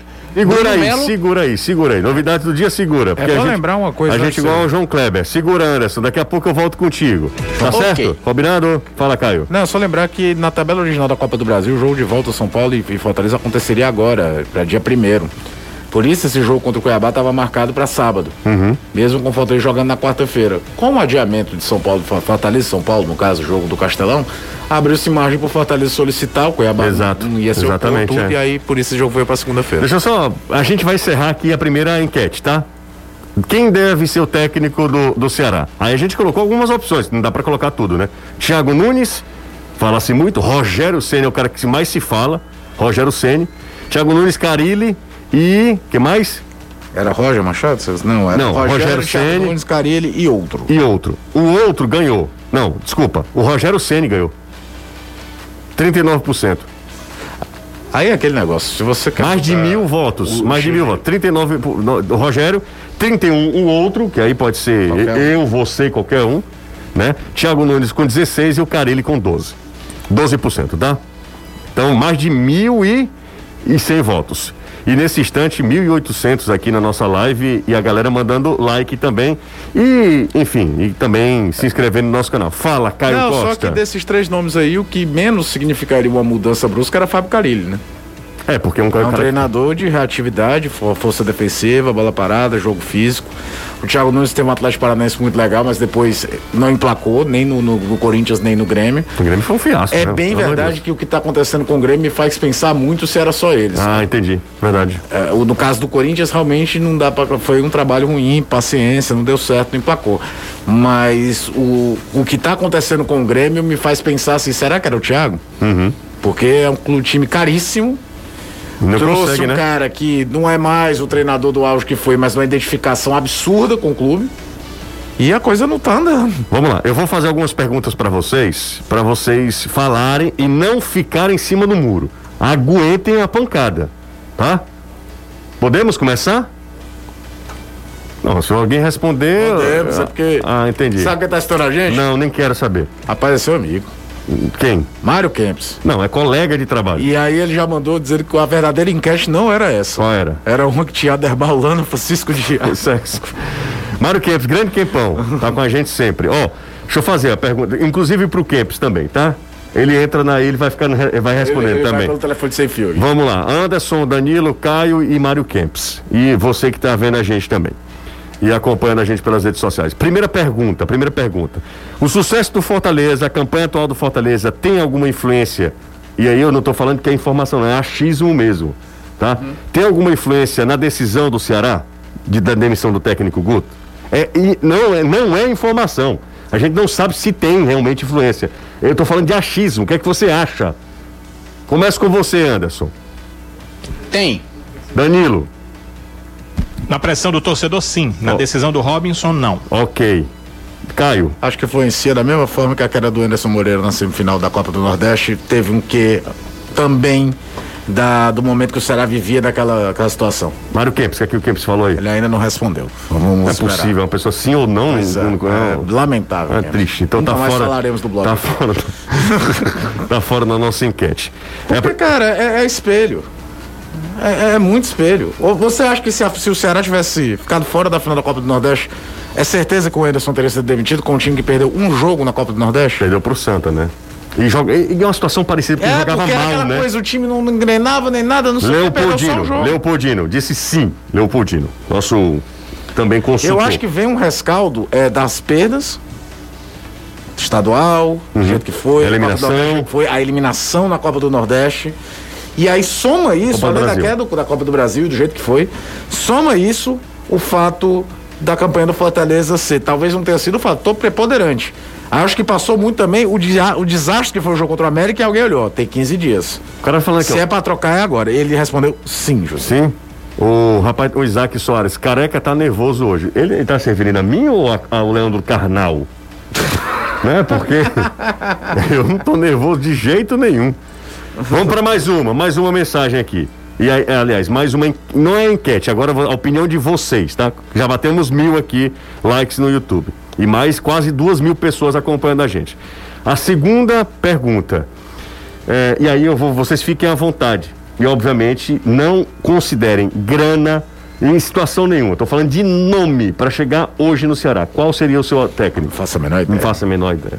Segura aí. Novidades do dia, segura. Porque lembrar uma coisa. A gente igual ao João Kleber. Segura, Anderson. Daqui a pouco eu volto contigo. Tá certo? Combinado? Fala, Caio. Não, só lembrar que na tabela original da Copa do Brasil, o jogo de volta São Paulo e Fortaleza aconteceria agora, para dia 1º. Por isso esse jogo contra o Cuiabá estava marcado para sábado, mesmo com o Fortaleza jogando na quarta-feira. Com o adiamento de São Paulo, Fortaleza e São Paulo, no caso o jogo do Castelão, abriu-se margem para o Fortaleza solicitar o Cuiabá. Exato. Ia ser exatamente, o ponto, e aí por isso esse jogo foi para segunda-feira. Deixa eu só, a gente vai encerrar aqui a primeira enquete, tá? Quem deve ser o técnico do Ceará? Aí a gente colocou algumas opções, não dá para colocar tudo, né? Thiago Nunes, fala-se muito, Rogério Ceni é o cara que mais se fala, Rogério Ceni, Thiago Nunes, Carille. E, que mais? Era Roger Machado? Não, era Rogério Ceni, Nunes, Carille e outro. O outro ganhou. Não, desculpa. O Rogério Ceni ganhou. 39%. Aí é aquele negócio, se você quer... Mais de 1.000 votos. Mais de 1.000 votos. 39 o Rogério, 31 o outro, que aí pode ser eu, você, qualquer um, né? Thiago Nunes com 16 e o Carille com 12. 12%, tá? Então, mais de 1.100 votos. E nesse instante, 1.800 aqui na nossa live e a galera mandando like também. E, enfim, e também se inscrevendo no nosso canal. Fala, Caio Costa. Só que desses 3 nomes aí, o que menos significaria uma mudança brusca era Fábio Carille, né? Porque é um treinador de reatividade, força defensiva, bola parada, jogo físico. O Thiago Nunes tem um Atlético Paranaense muito legal, mas depois não emplacou, nem no Corinthians, nem no Grêmio. O Grêmio foi um fiasco. É bem verdade que o que está acontecendo com o Grêmio me faz pensar muito se era só eles. Entendi. Verdade. No caso do Corinthians, realmente não dá para. Foi um trabalho ruim, paciência, não deu certo, não emplacou. Mas o que está acontecendo com o Grêmio me faz pensar assim, será que era o Thiago? Porque é um time caríssimo. Não trouxe consegue, um cara que não é mais o treinador do auge que foi, mas uma identificação absurda com o clube. E a coisa não tá andando. Vamos lá, eu vou fazer algumas perguntas para vocês falarem e não ficarem em cima do muro. Aguentem a pancada, tá? Podemos começar? Não, se alguém responder... Podemos, é porque... entendi. Sabe quem tá estourando a gente? Não, nem quero saber. Rapaz, é seu amigo. Quem? Mário Kempis. Não, é colega de trabalho. E aí ele já mandou dizer que a verdadeira enquete não era essa. Qual era? Era uma que tinha Aderbalano, Francisco de Sexo. Mário Kempis, grande Kempão, tá com a gente sempre. Deixa eu fazer a pergunta, inclusive pro Kempis também, tá? Ele entra ele vai respondendo ele também. Vai pelo telefone sem fio. Vamos lá, Anderson, Danilo, Caio e Mário Kempis. E você que tá vendo a gente também. E acompanhando a gente pelas redes sociais. Primeira pergunta. O sucesso do Fortaleza, a campanha atual do Fortaleza, tem alguma influência? E aí eu não estou falando que é informação, não é achismo mesmo, tá? Tem alguma influência na decisão do Ceará da demissão do técnico Guto? Não é informação. A gente não sabe se tem realmente influência. Eu estou falando de achismo. O que é que você acha? Começa com você, Anderson. Tem. Danilo. Na pressão do torcedor, sim. Na decisão do Robinson, não. Ok. Caio. Acho que influencia da mesma forma que a queda do Anderson Moreira na semifinal da Copa do Nordeste. Teve um quê também do momento que o Ceará vivia daquela situação. Mário Kempis, o que o Kempis falou aí? Ele ainda não respondeu. Não é possível, uma pessoa sim ou não. Lamentável. É triste. Então nunca tá mais fora. Falaremos do bloco. Tá fora da nossa enquete. Porque, cara, é espelho. É muito espelho. Ou você acha que se o Ceará tivesse ficado fora da final da Copa do Nordeste, é certeza que o Anderson teria sido demitido com um time que perdeu um jogo na Copa do Nordeste? Perdeu pro Santa, né? E é uma situação parecida, porque jogava mal, aquela né? Coisa, o time não engrenava nem nada, não sei o que, perdeu só o jogo. Leopoldino, disse sim, Leopoldino. Nosso também consultor. Eu acho que vem um rescaldo das perdas estadual, do jeito que foi, a eliminação na Copa do Nordeste. E aí soma isso, além da queda da Copa do Brasil, do jeito que foi, soma isso o fato da campanha do Fortaleza ser, talvez não tenha sido o fator preponderante. Acho que passou muito também o desastre que foi o jogo contra o América, e alguém olhou, tem 15 dias. O cara falando se é pra trocar é agora. Ele respondeu sim, José. Sim? O Isaac Soares, careca tá nervoso hoje. Ele tá se referindo a mim ou ao Leandro Carnal? Né? Porque eu não tô nervoso de jeito nenhum. Vamos para mais uma mensagem aqui. E aliás, mais uma, não é enquete, agora a opinião de vocês, tá? Já batemos 1000 aqui, likes no YouTube. E mais quase 2000 pessoas acompanhando a gente. A segunda pergunta, e aí vocês fiquem à vontade. E obviamente não considerem grana em situação nenhuma. Estou falando de nome para chegar hoje no Ceará. Qual seria o seu técnico? Não faço a menor ideia. Não faço a menor ideia.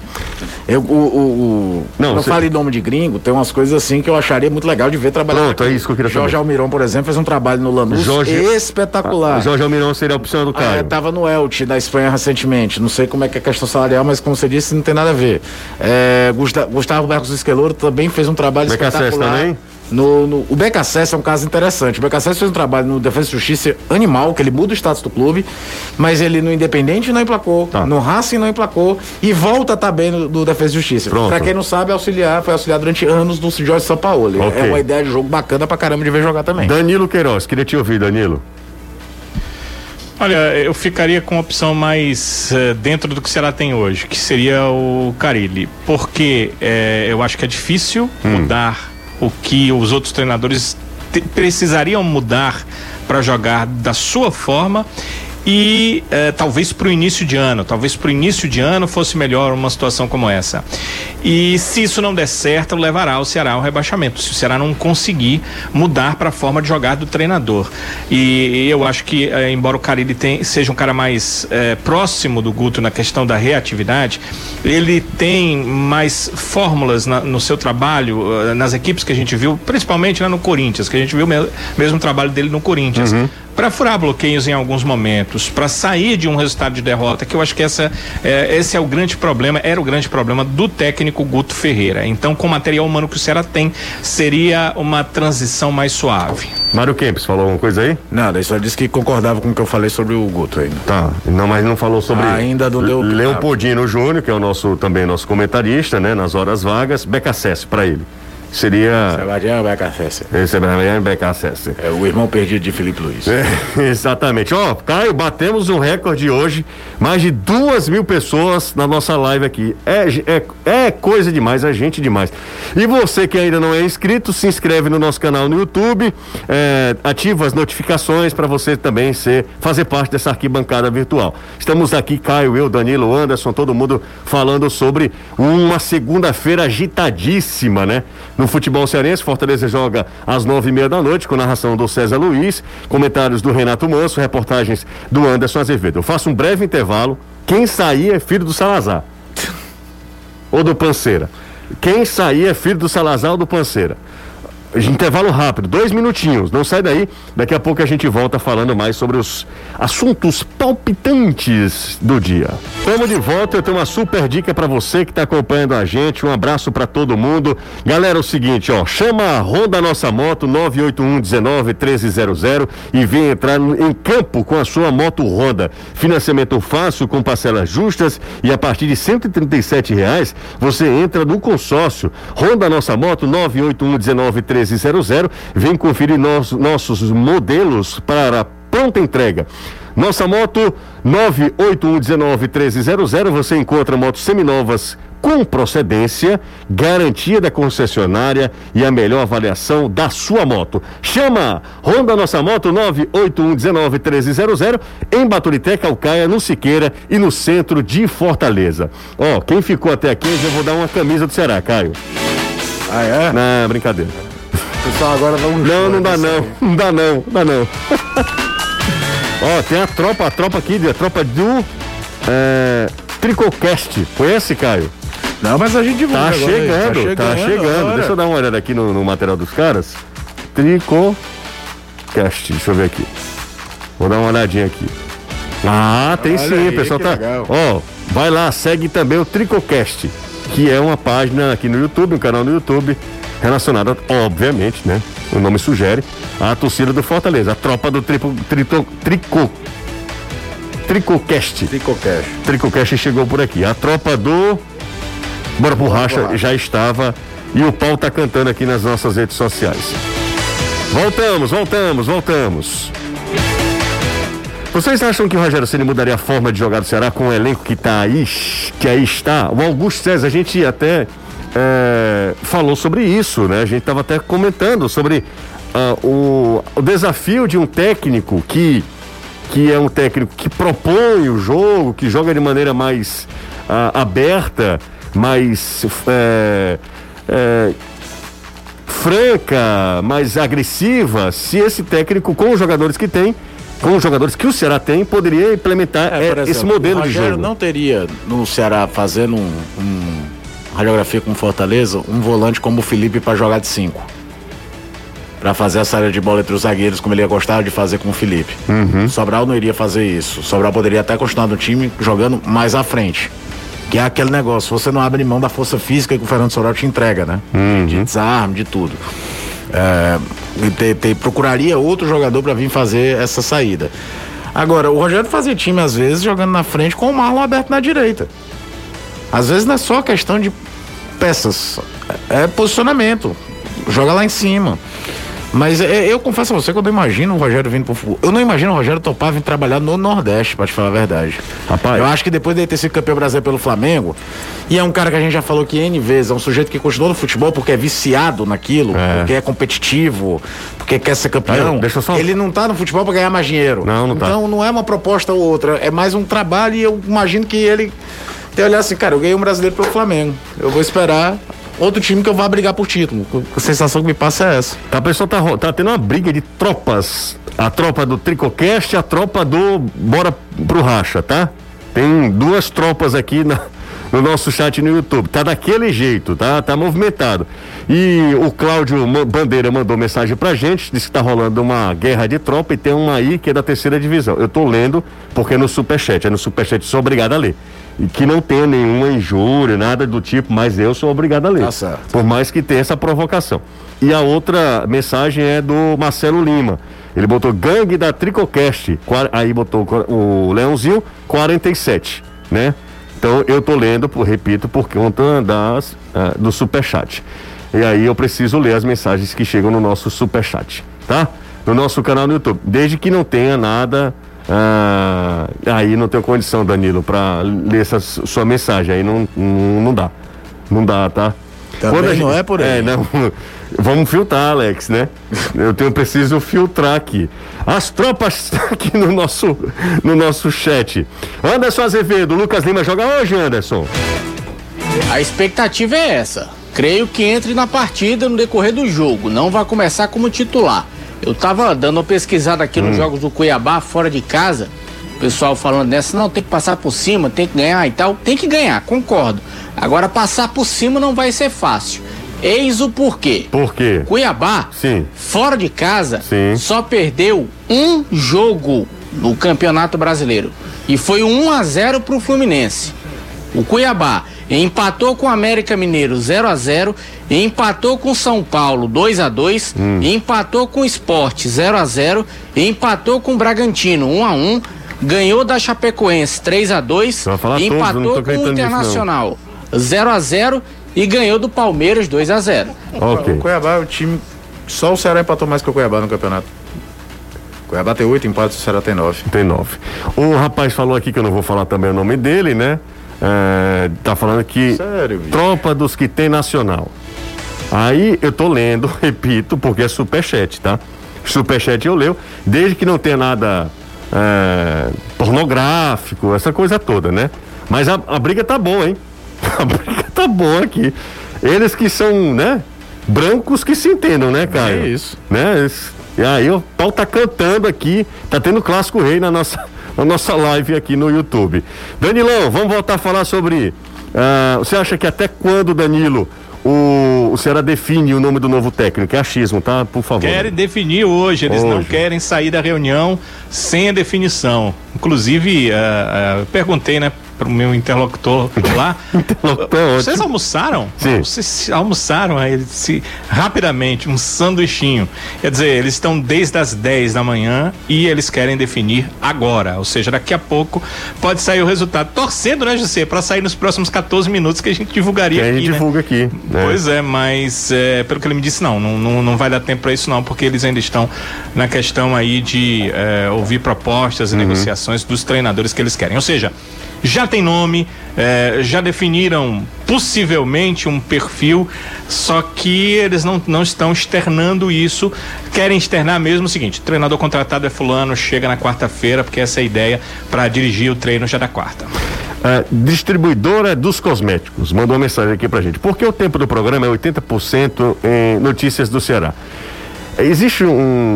Não fale nome de gringo, tem umas coisas assim que eu acharia muito legal de ver trabalhar. Pronto, é isso que eu queria saber. Jorge Almiron, por exemplo, fez um trabalho no Lanús espetacular. Jorge Almiron seria a opção do Caio. Estava no Elche da Espanha recentemente. Não sei como é que é a questão salarial, mas como você disse, não tem nada a ver. Gustavo Bercos Esquelouro também fez um trabalho espetacular. Também? O BKSS é um caso interessante. O BKSS fez um trabalho no Defesa e Justiça animal, que ele muda o status do clube, mas ele no Independente não emplacou, no Racing não emplacou e volta a estar bem no Defesa e Justiça. Pra quem não sabe, foi auxiliar durante anos do Jorge Sampaoli. Okay. É uma ideia de jogo bacana pra caramba de ver jogar também. Danilo Queiroz, queria te ouvir, Danilo. Olha, eu ficaria com a opção mais dentro do que o Ceará tem hoje, que seria o Carille, porque eu acho que é difícil mudar o que os outros treinadores precisariam mudar para jogar da sua forma, e talvez para o início de ano fosse melhor uma situação como essa. E se isso não der certo, levará o Ceará ao rebaixamento, se o Ceará não conseguir mudar para a forma de jogar do treinador. E eu acho que, embora o Carille seja um cara mais próximo do Guto na questão da reatividade, ele tem mais fórmulas no seu trabalho, nas equipes que a gente viu, principalmente lá no Corinthians, que a gente viu mesmo o trabalho dele no Corinthians. Para furar bloqueios em alguns momentos, para sair de um resultado de derrota, que eu acho que esse é o grande problema, era o grande problema do técnico Guto Ferreira. Então, com o material humano que o Ceará tem, seria uma transição mais suave. Mário Kempis, falou alguma coisa aí? Nada, ele só disse que concordava com o que eu falei sobre o Guto ainda. Tá, não, mas não falou sobre... Ainda não deu... Leopoldino Júnior, que é também nosso comentarista, né, nas horas vagas, BKSS para ele. Seria... Sebastião BKSS. Sebastião BKSS. É o irmão perdido de Felipe Luiz. Exatamente. Caio, batemos um recorde hoje, mais de 2.000 pessoas na nossa live aqui. É coisa demais, é gente demais. E você que ainda não é inscrito, se inscreve no nosso canal no YouTube, ativa as notificações para você também fazer parte dessa arquibancada virtual. Estamos aqui, Caio, eu, Danilo, Anderson, todo mundo falando sobre uma segunda-feira agitadíssima, né? No futebol cearense, Fortaleza joga às 9:30 da noite, com narração do César Luiz, comentários do Renato Manso, reportagens do Anderson Azevedo. Eu faço um breve intervalo. Quem sair é filho do Salazar ou do Panceira. Quem sair é filho do Salazar ou do Panceira. Intervalo rápido, 2 minutinhos, não sai daí, daqui a pouco a gente volta falando mais sobre os assuntos palpitantes do dia. Estamos de volta, eu tenho uma super dica para você que está acompanhando a gente, um abraço para todo mundo. Galera, é o seguinte, chama a Honda Nossa Moto 981191300 e vem entrar em campo com a sua moto Honda. Financiamento fácil com parcelas justas e a partir de R$137 você entra no consórcio. Honda Nossa Moto 981191300. Vem conferir nossos modelos para pronta entrega. Nossa Moto 981191300, você encontra motos seminovas com procedência, garantia da concessionária e a melhor avaliação da sua moto. Chama Honda Nossa Moto 981191300 em Baturité, Calcaia, no Siqueira e no centro de Fortaleza. Quem ficou até aqui, eu já vou dar uma camisa do Ceará, Caio. Ah, é? Não, brincadeira. Pessoal, agora vamos... Não dá não. Tem a tropa aqui, a tropa do Tricocast. Conhece, Caio? Não, mas a gente divulga. Tá chegando. Deixa eu dar uma olhada aqui no material dos caras. Tricocast, deixa eu ver aqui. Vou dar uma olhadinha aqui. Tem sim, aí, pessoal. Tá. Vai lá, segue também o Tricocast, que é uma página aqui no YouTube, um canal no YouTube relacionada, obviamente, né? O nome sugere, a torcida do Fortaleza, a tropa do Tricocast. Tricocast chegou por aqui. A tropa do Bora Borracha já estava e o pau tá cantando aqui nas nossas redes sociais. Voltamos. Vocês acham que o Rogério Ceni mudaria a forma de jogar do Ceará com o elenco que aí está? O Augusto César, a gente até falou sobre isso, né? A gente estava até comentando sobre o desafio de um técnico que é um técnico que propõe o jogo, que joga de maneira mais aberta, mais franca, mais agressiva. Se esse técnico, com os jogadores que tem, com os jogadores que o Ceará tem, poderia implementar esse modelo de jogo. O Rogério não teria no Ceará, fazendo radiografia com Fortaleza, um volante como o Felipe para jogar de 5. Para fazer a saída de bola entre os zagueiros, como ele ia gostar de fazer com o Felipe. Sobral não iria fazer isso. Sobral poderia até continuar no time jogando mais à frente. Que é aquele negócio, você não abre mão da força física que o Fernando Sobral te entrega, né? De desarme, de tudo. Procuraria outro jogador para vir fazer essa saída. Agora, o Rogério fazia time às vezes jogando na frente com o Marlon aberto na direita. Às vezes não é só questão de peças, é posicionamento, joga lá em cima. Mas eu confesso a você que eu não imagino o Rogério vindo pro futebol. Eu não imagino o Rogério topar vir trabalhar no Nordeste, pra te falar a verdade. Rapaz, eu acho que depois de ter sido campeão brasileiro pelo Flamengo, e é um cara que a gente já falou que N vezes, é um sujeito que continuou no futebol porque é viciado naquilo, porque é competitivo, porque quer ser campeão. Ele não tá no futebol pra ganhar mais dinheiro. Não tá. Então não é uma proposta ou outra, é mais um trabalho, e eu imagino que ele tem olhar assim, cara, eu ganhei um brasileiro pelo Flamengo, eu vou esperar outro time que eu vá brigar por título. A sensação que me passa é essa. A pessoa tá tendo uma briga de tropas. A tropa do Tricocast e a tropa do Bora pro Racha, tá? Tem duas tropas aqui no nosso chat no YouTube. Tá daquele jeito, tá movimentado. E o Cláudio Bandeira mandou mensagem pra gente, disse que tá rolando uma guerra de tropa e tem uma aí que é da 3ª divisão. Eu tô lendo porque é no Superchat. No Superchat sou obrigado a ler. E que não tenha nenhuma injúria, nada do tipo, mas eu sou obrigado a ler. Tá certo. Por mais que tenha essa provocação. E a outra mensagem é do Marcelo Lima. Ele botou gangue da Tricocast. Aí botou o Leãozinho 47, né? Então eu tô lendo, repito, por conta do Superchat. E aí eu preciso ler as mensagens que chegam no nosso Superchat, tá? No nosso canal no YouTube. Desde que não tenha nada... aí não tenho condição, Danilo, pra ler essa sua mensagem. Aí não dá. Não dá, tá? Também não é por aí. Não. Vamos filtrar, Alex, né? Eu preciso filtrar aqui. As tropas aqui no nosso chat. Anderson Azevedo, Lucas Lima joga hoje, Anderson? A expectativa é essa. Creio que entre na partida no decorrer do jogo. Não vai começar como titular. Eu tava dando uma pesquisada aqui nos jogos do Cuiabá, fora de casa. O pessoal falando nessa, não, tem que passar por cima, tem que ganhar e tal. Tem que ganhar, concordo. Agora, passar por cima não vai ser fácil. Eis o porquê. Por quê? Cuiabá, sim, fora de casa, sim, só perdeu um jogo no Campeonato Brasileiro. E foi 1-0 pro Fluminense. O Cuiabá empatou com o América Mineiro 0-0, empatou com São Paulo 2-2, empatou com o Sport 0-0, empatou com o Bragantino 1-1, ganhou da Chapecoense 3-2, empatou com o Internacional 0-0 e ganhou do Palmeiras 2-0. Okay. O Cuiabá é o time, só o Ceará empatou mais que o Cuiabá no campeonato. O Cuiabá tem 8 empates, o Ceará tem 9. Tem 9. O rapaz falou aqui, que eu não vou falar também o nome dele, né? Tá falando que sério, tropa dos que tem nacional. Aí eu tô lendo, repito, porque é Superchat, tá? Superchat eu leio, desde que não tenha nada pornográfico, essa coisa toda, né? Mas a briga tá boa, hein? A briga tá boa aqui. Eles que são, né? Brancos que se entendam, né, Caio? É isso. Né? E aí o pau tá cantando aqui, tá tendo Clássico Rei na nossa live aqui no YouTube. Danilão, vamos voltar a falar sobre... você acha que até quando, Danilo, o Ceará define o nome do novo técnico? É achismo, tá? Por favor. Querem definir hoje, eles não querem sair da reunião sem a definição. Inclusive, perguntei, né, para o meu interlocutor lá. Vocês almoçaram? Sim. Vocês almoçaram aí, rapidamente, um sanduichinho. Quer dizer, eles estão desde as 10 da manhã e eles querem definir agora. Ou seja, daqui a pouco pode sair o resultado. Torcendo, né, José? Para sair nos próximos 14 minutos que a gente divulgaria aqui. A gente divulga aqui. Pois é, mas pelo que ele me disse, não vai dar tempo para isso não, porque eles ainda estão na questão aí de ouvir propostas e negociações dos treinadores que eles querem. Ou seja, já tem nome, já definiram possivelmente um perfil, só que eles não estão externando isso. Querem externar mesmo o seguinte: o treinador contratado é fulano, chega na quarta-feira, porque essa é a ideia para dirigir o treino já da quarta. Distribuidora dos cosméticos mandou uma mensagem aqui pra gente. Porque o tempo do programa é 80% em notícias do Ceará. Existe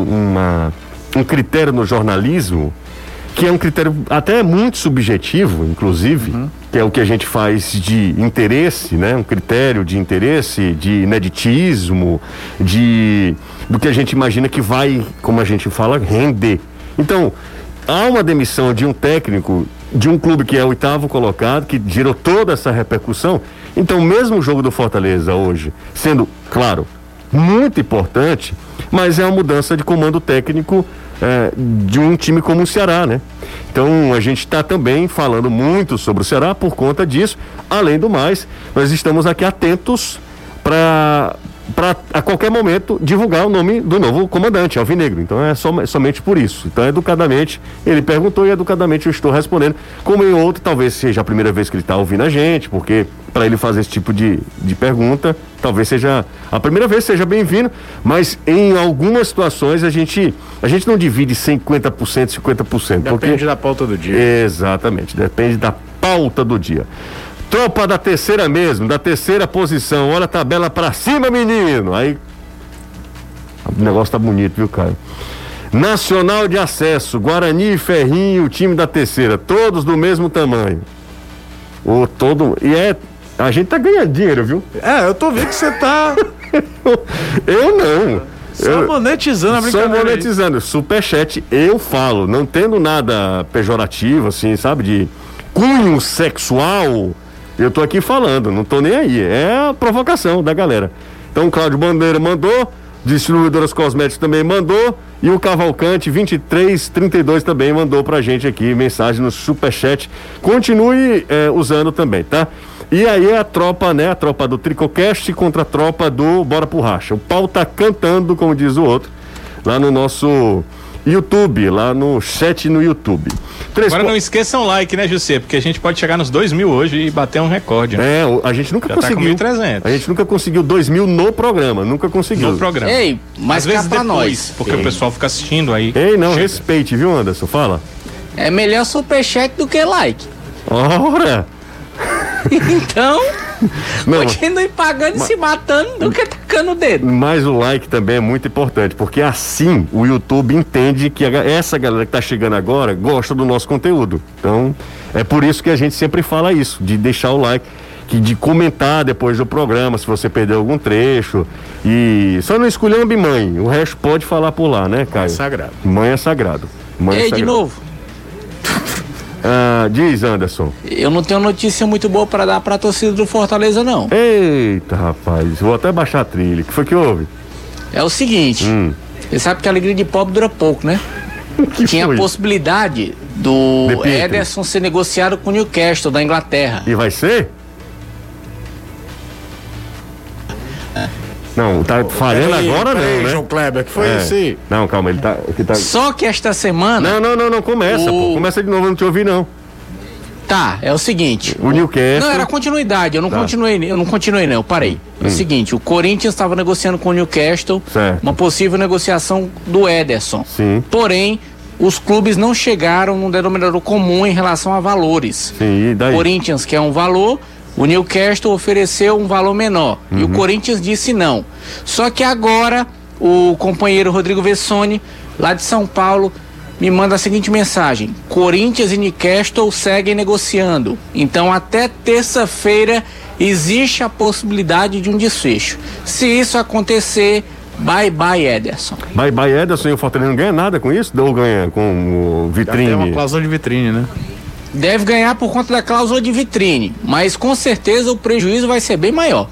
um critério no jornalismo que é um critério até muito subjetivo, inclusive, que é o que a gente faz de interesse, né? Um critério de interesse, de ineditismo, do que a gente imagina que vai, como a gente fala, render. Então, há uma demissão de um técnico de um clube que é o 8º colocado, que gerou toda essa repercussão. Então, mesmo o jogo do Fortaleza hoje, sendo, claro, muito importante, mas é uma mudança de comando técnico de um time como o Ceará, né? Então a gente está também falando muito sobre o Ceará por conta disso. Além do mais, nós estamos aqui atentos para para a qualquer momento divulgar o nome do novo comandante, alvinegro. Então é somente por isso. Então, educadamente, ele perguntou e educadamente eu estou respondendo. Como em outro, talvez seja a primeira vez que ele está ouvindo a gente, porque para ele fazer esse tipo de pergunta, talvez seja a primeira vez, seja bem-vindo, mas em algumas situações a gente não divide 50%, 50%. Depende da pauta do dia. Exatamente, depende da pauta do dia. Tropa da terceira mesmo, da terceira posição. Olha a tabela pra cima, menino. Aí, o negócio tá bonito, viu, Caio? Nacional de Acesso, Guarani e Ferrinho, o time da terceira, todos do mesmo tamanho. A gente tá ganhando dinheiro, viu? Eu tô vendo que você tá... Eu não. Só monetizando a brincadeira. Só monetizando. Superchat, eu falo, não tendo nada pejorativo, assim, sabe, de cunho sexual... Eu tô aqui falando, não tô nem aí. É a provocação da galera. Então o Cláudio Bandeira mandou, Distribuidoras Cosméticos também mandou, e o Cavalcante 2332 também mandou pra gente aqui mensagem no Superchat. Continue usando também, tá? E aí é a tropa, né? A tropa do Tricocast contra a tropa do Bora Pro Racha. O pau tá cantando, como diz o outro, lá no nosso YouTube, lá no chat no YouTube. Agora não esqueçam o like, né, José? Porque a gente pode chegar nos 2.000 hoje e bater um recorde, né? A gente nunca conseguiu. Tá com 1.300. A gente nunca conseguiu 2.000 no programa, nunca conseguiu. No programa. Ei, mas às vezes cá pra depois, nós. porque o pessoal fica assistindo aí. Ei, não, respeite, viu, Anderson? Fala. É melhor superchat do que like. Ora! Então, Não, continue pagando e se matando do que tacando o dedo. Mas o like também é muito importante, porque assim o YouTube entende que essa galera que tá chegando agora gosta do nosso conteúdo. Então, é por isso que a gente sempre fala isso, de deixar o like, de comentar depois do programa, se você perdeu algum trecho. E só não esculhambe mãe, o resto pode falar por lá, né, Caio? É sagrado. Mãe é sagrado. Ei, de novo. Diz, Anderson. Eu não tenho notícia muito boa pra dar pra torcida do Fortaleza, não. Eita, rapaz, vou até baixar a trilha. O que foi que houve? É o seguinte, você sabe que a alegria de pobre dura pouco, né? Tinha a possibilidade do Ederson ser negociado com o Newcastle da Inglaterra. E vai ser? Não, tá falhando agora não, né? João Kleber, que foi esse? Não, calma, ele tá... Só que esta semana... Não, começa, pô. Começa de novo, eu não te ouvi, não. Tá, é o seguinte... O Newcastle... Não, era continuidade, eu não continuei não, eu parei. É o seguinte, o Corinthians estava negociando com o Newcastle uma possível negociação do Ederson. Sim. Porém, os clubes não chegaram num denominador comum em relação a valores. Sim, e daí? Corinthians quer um valor... O Newcastle ofereceu um valor menor e o Corinthians disse não. Só que agora o companheiro Rodrigo Vessone, lá de São Paulo, me manda a seguinte mensagem: Corinthians e Newcastle seguem negociando. Então até terça-feira existe a possibilidade de um desfecho. Se isso acontecer, bye bye Ederson. Bye bye Ederson, e o Fortaleza não ganha nada com isso? Ou ganha com o vitrine? Tem uma cláusula de vitrine, né? Deve ganhar por conta da cláusula de vitrine, mas com certeza o prejuízo vai ser bem maior.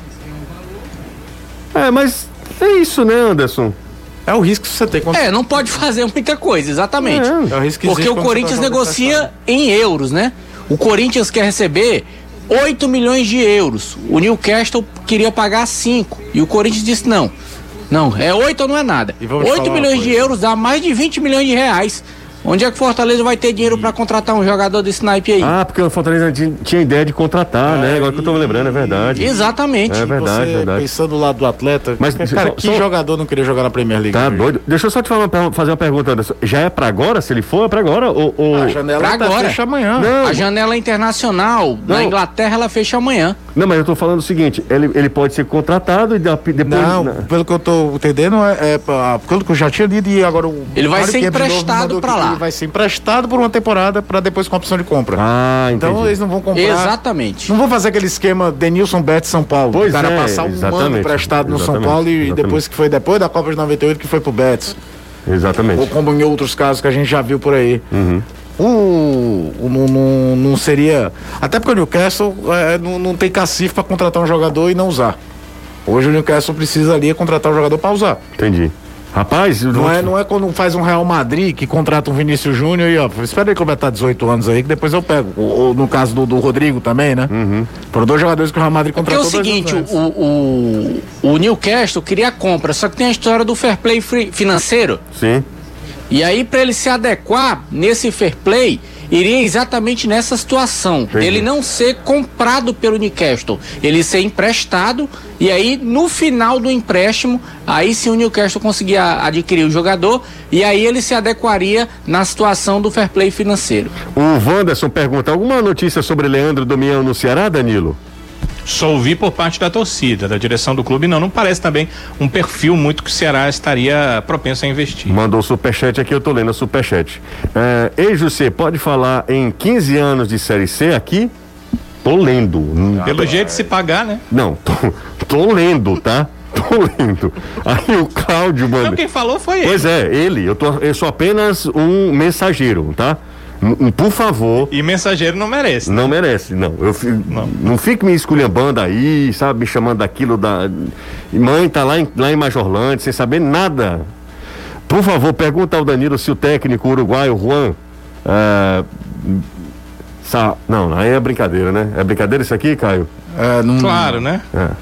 Mas é isso, né, Anderson? É o risco que você tem quando... não pode fazer muita coisa, exatamente. É o risco que porque o Corinthians negocia em euros, né? O Corinthians quer receber 8 milhões de euros. O Newcastle queria pagar 5 e o Corinthians disse não. Não, é 8 ou não é nada. 8 milhões de euros dá mais de 20 milhões de reais. Onde é que o Fortaleza vai ter dinheiro pra contratar um jogador desse naipe aí? Porque o Fortaleza tinha ideia de contratar, né? Agora que eu tô me lembrando, é verdade. Exatamente. É verdade, verdade. Pensando do lado do atleta, mas cara, que jogador não queria jogar na Premier League? Tá doido? Deixa eu só te fazer uma pergunta, Anderson. Já é pra agora? Se ele for, é pra agora? A janela fecha amanhã. Não. A janela internacional na Inglaterra, ela fecha amanhã. Não, mas eu tô falando o seguinte, ele pode ser contratado e depois... Não, pelo que eu tô entendendo, pelo que eu já tinha lido e agora... Ele vai ser emprestado pra lá. Ele vai ser emprestado por uma temporada para depois com opção de compra. Entendi. Então eles não vão comprar. Exatamente. Não vão fazer aquele esquema Denilson Betis São Paulo. Pois o cara passar um ano emprestado no São Paulo e depois que foi depois da Copa de 98 que foi pro Betis. Exatamente. Ou como em outros casos que a gente já viu por aí. Não seria... Até porque o Newcastle não tem cacife para contratar um jogador e não usar. Hoje o Newcastle precisa ali contratar um jogador para usar. Entendi. Rapaz, não é quando faz um Real Madrid que contrata um Vinícius Júnior e espera ele completar 18 anos aí que depois eu pego. Ou no caso do Rodrigo também, né? Foram 2 jogadores que o Real Madrid contratou. Porque é o seguinte, o Newcastle queria a compra, só que tem a história do fair play financeiro. Sim. E aí, para ele se adequar nesse fair play, iria exatamente nessa situação. Entendi. Ele não ser comprado pelo Newcastle, ele ser emprestado, e aí no final do empréstimo, aí sim o Newcastle conseguia adquirir o jogador, e aí ele se adequaria na situação do fair play financeiro. O Wanderson pergunta, alguma notícia sobre Leandro Damião no Ceará, Danilo? Só ouvi por parte da torcida, da direção do clube, não parece também um perfil muito que o Ceará estaria propenso a investir. Mandou o superchat aqui, eu tô lendo o superchat. Ei, José, pode falar em 15 anos de Série C aqui? Tô lendo. Pelo jeito de se pagar, né? Não, tô lendo, tá? Tô lendo. Aí o Cláudio manda. Então quem falou foi ele. Pois é, ele. Eu sou apenas um mensageiro, tá? Por favor. E mensageiro não merece. Não merece, não. Não fique me esculhambando aí, sabe? Me chamando daquilo da. Mãe tá lá em Majorlândia, sem saber nada. Por favor, pergunta ao Danilo se o técnico uruguaio, Juan. Não, aí é brincadeira, né? É brincadeira isso aqui, Caio? Claro, né?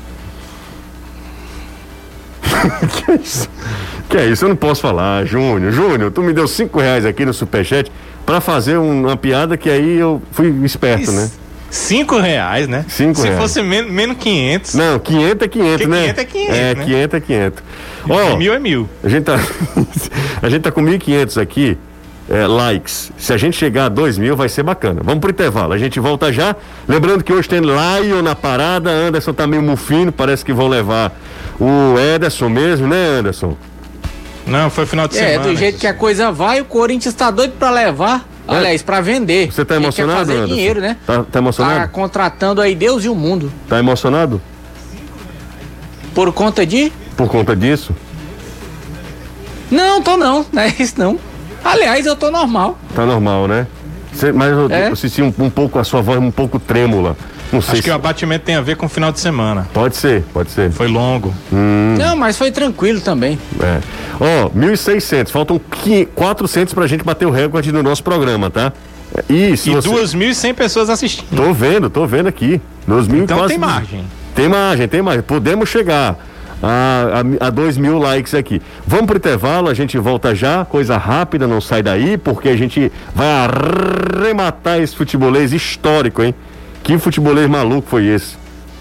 Que é isso? Eu não posso falar, Júnior, tu me deu R$5 aqui no superchat pra fazer uma piada que aí eu fui esperto, né? R$5, né? R$5. Se fosse menos 500. Não, 500 é 500, né? 500 é 500, né? 500 é 500. Ó, 1.000 é 1.000. A gente tá com 1.500 aqui, likes. Se a gente chegar a 2.000 vai ser bacana. Vamos pro intervalo, a gente volta já. Lembrando que hoje tem Lion na parada, Anderson tá meio mufino, parece que vão levar o Ederson mesmo, né, Anderson? Não, foi final de semana. Do jeito que a coisa vai, o Corinthians tá doido pra levar, aliás, pra vender. Você tá emocionado, quer fazer Anderson? dinheiro, né? Tá emocionado? Tá contratando aí Deus e o mundo. Tá emocionado? Por conta de? Por conta disso? Não, não é isso não. Aliás, eu tô normal. Tá normal, né? Mas eu senti um pouco, a sua voz um pouco trêmula. Não sei. Acho que o abatimento tem a ver com o final de semana. Pode ser. Foi longo. Não, mas foi tranquilo também. 1.600, faltam 400 pra gente bater o recorde no nosso programa, tá? E 2.100 pessoas assistindo. Tô vendo aqui. 2.000 então quase... tem margem. Tem margem. Podemos chegar a 2.000 likes aqui. Vamos pro intervalo, a gente volta já, coisa rápida, não sai daí, porque a gente vai arrematar esse futebolês histórico, hein? Que futebolês maluco foi esse?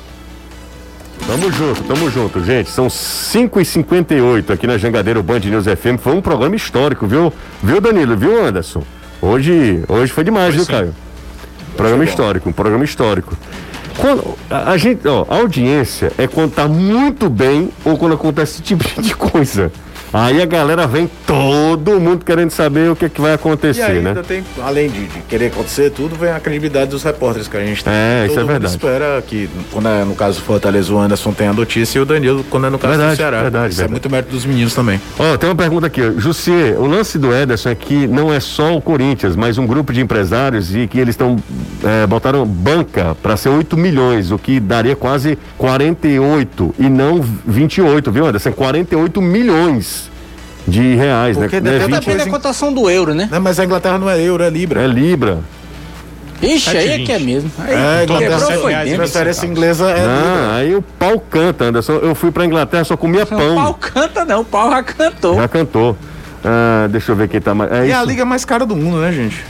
Tamo junto, gente. São 5h58 aqui na Jangadeiro Band News FM. Foi um programa histórico, viu? Viu, Danilo? Viu, Anderson? Hoje foi demais, viu, Caio? Um programa histórico. Quando a audiência é quando tá muito bem ou quando acontece esse tipo de coisa. Aí a galera vem, todo mundo querendo saber o que vai acontecer, e ainda, né? Tem, além de querer acontecer tudo, vem a credibilidade dos repórteres que a gente tem. Isso é verdade. Espera que, quando é no caso do Fortaleza, o Anderson tem a notícia e o Danilo, quando é no caso do Ceará. Isso é muito mérito dos meninos também. Tem uma pergunta aqui, Jussier, o lance do Ederson é que não é só o Corinthians, mas um grupo de empresários e que eles botaram banca para ser 8 milhões, o que daria quase 48 e não 28, viu, Anderson? 48 milhões de reais, porque né? Depende da cotação do euro, né? Não, mas a Inglaterra não é euro, é libra. É libra. Ixi, aí é que é mesmo. Aí, transferência inglesa é libra. Aí o pau canta, Anderson. Eu fui pra Inglaterra, só comia pão. O pau canta não, o pau já cantou. Já cantou. Deixa eu ver quem tá mais. É a liga mais cara do mundo, né, gente?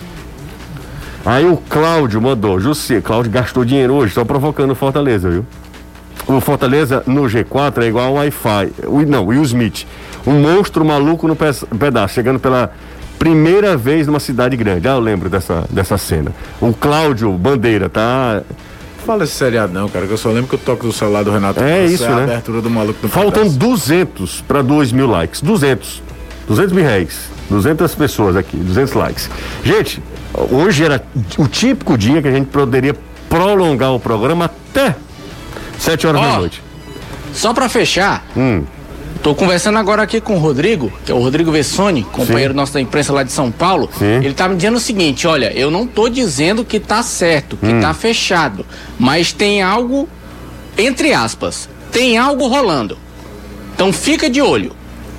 Aí o Cláudio mandou, Cláudio gastou dinheiro hoje, só provocando o Fortaleza, viu? O Fortaleza no G4 é igual ao Wi-Fi. Will Smith. Um monstro maluco no pedaço, chegando pela primeira vez numa cidade grande. Eu lembro dessa cena. O Cláudio Bandeira, tá? Fala esse seriado não, cara, que eu só lembro que o toque do celular do Renato isso, né? A abertura do maluco no Faltam 200 para 2.000 likes. 200 mil reais. 200 pessoas aqui, 200 likes. Gente, hoje era o típico dia que a gente poderia prolongar o programa até 7 horas da noite. Só pra fechar, tô conversando agora aqui com o Rodrigo, que é o Rodrigo Vessoni, companheiro nosso da imprensa lá de São Paulo. Ele tá me dizendo o seguinte, olha, eu não tô dizendo que tá certo, que tá fechado, mas tem algo, entre aspas, tem algo rolando. Então fica de olho.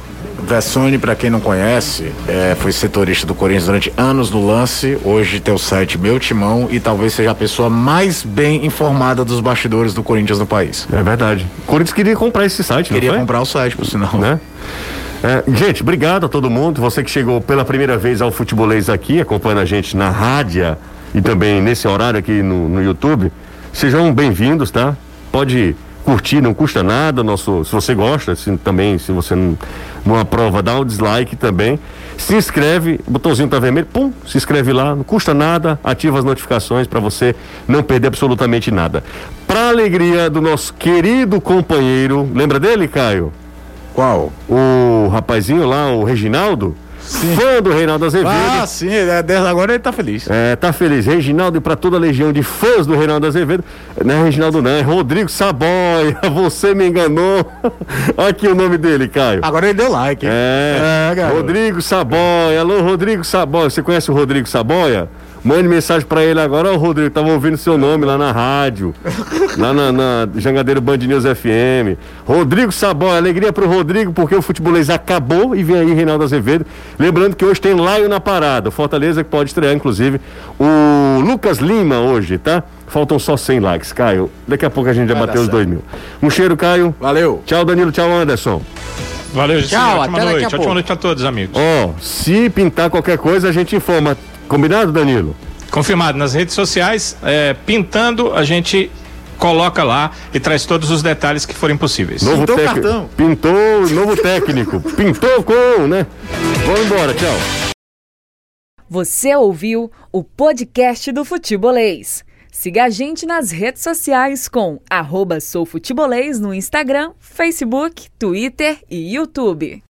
Vessone, pra quem não conhece, foi setorista do Corinthians durante anos no Lance, hoje tem o site Meu Timão e talvez seja a pessoa mais bem informada dos bastidores do Corinthians no país. É verdade. O Corinthians queria comprar esse site, não foi? Queria comprar o site, por sinal. Né? Gente, obrigado a todo mundo, você que chegou pela primeira vez ao Futebolês aqui, acompanhando a gente na rádio e também nesse horário aqui no YouTube, sejam bem-vindos, tá? Pode curtir, não custa nada, se você gosta, se você não aprova, dá um dislike também, se inscreve, o botãozinho tá vermelho, pum, se inscreve lá, não custa nada, ativa as notificações para você não perder absolutamente nada. Pra alegria do nosso querido companheiro, lembra dele, Caio? Qual? O rapazinho lá, o Reginaldo, sim. Fã do Reinaldo Azevedo. Ah, sim, agora ele tá feliz. Tá feliz. Reginaldo, e pra toda a legião de fãs do Reinaldo Azevedo, não é Reginaldo não, é Rodrigo Saboia, você me enganou. Aqui o nome dele, Caio. Agora ele deu like, hein? Rodrigo Saboia, alô Rodrigo Saboia, você conhece o Rodrigo Saboia? Mande mensagem pra ele agora, Rodrigo, tava ouvindo seu nome lá na rádio, lá na Jangadeiro Band News FM. Rodrigo Saboia, alegria pro Rodrigo, porque o Futebolês acabou e vem aí Reinaldo Azevedo. Lembrando que hoje tem Laio na parada, Fortaleza que pode estrear, inclusive, o Lucas Lima hoje, tá? Faltam só 100 likes, Caio. Daqui a pouco a gente já bateu os 2.000. Um cheiro, Caio. Valeu. Tchau, Danilo, tchau, Anderson. Valeu, tchau, ótima noite. Ótima noite a todos, amigos. Se pintar qualquer coisa, a gente informa. Combinado, Danilo? Confirmado. Nas redes sociais, pintando, a gente coloca lá e traz todos os detalhes que forem possíveis. Pintou cartão. Pintou, novo técnico. Pintou com, né? Vamos embora, tchau. Você ouviu o podcast do Futebolês. Siga a gente nas redes sociais com @soufutebolês no Instagram, Facebook, Twitter e YouTube.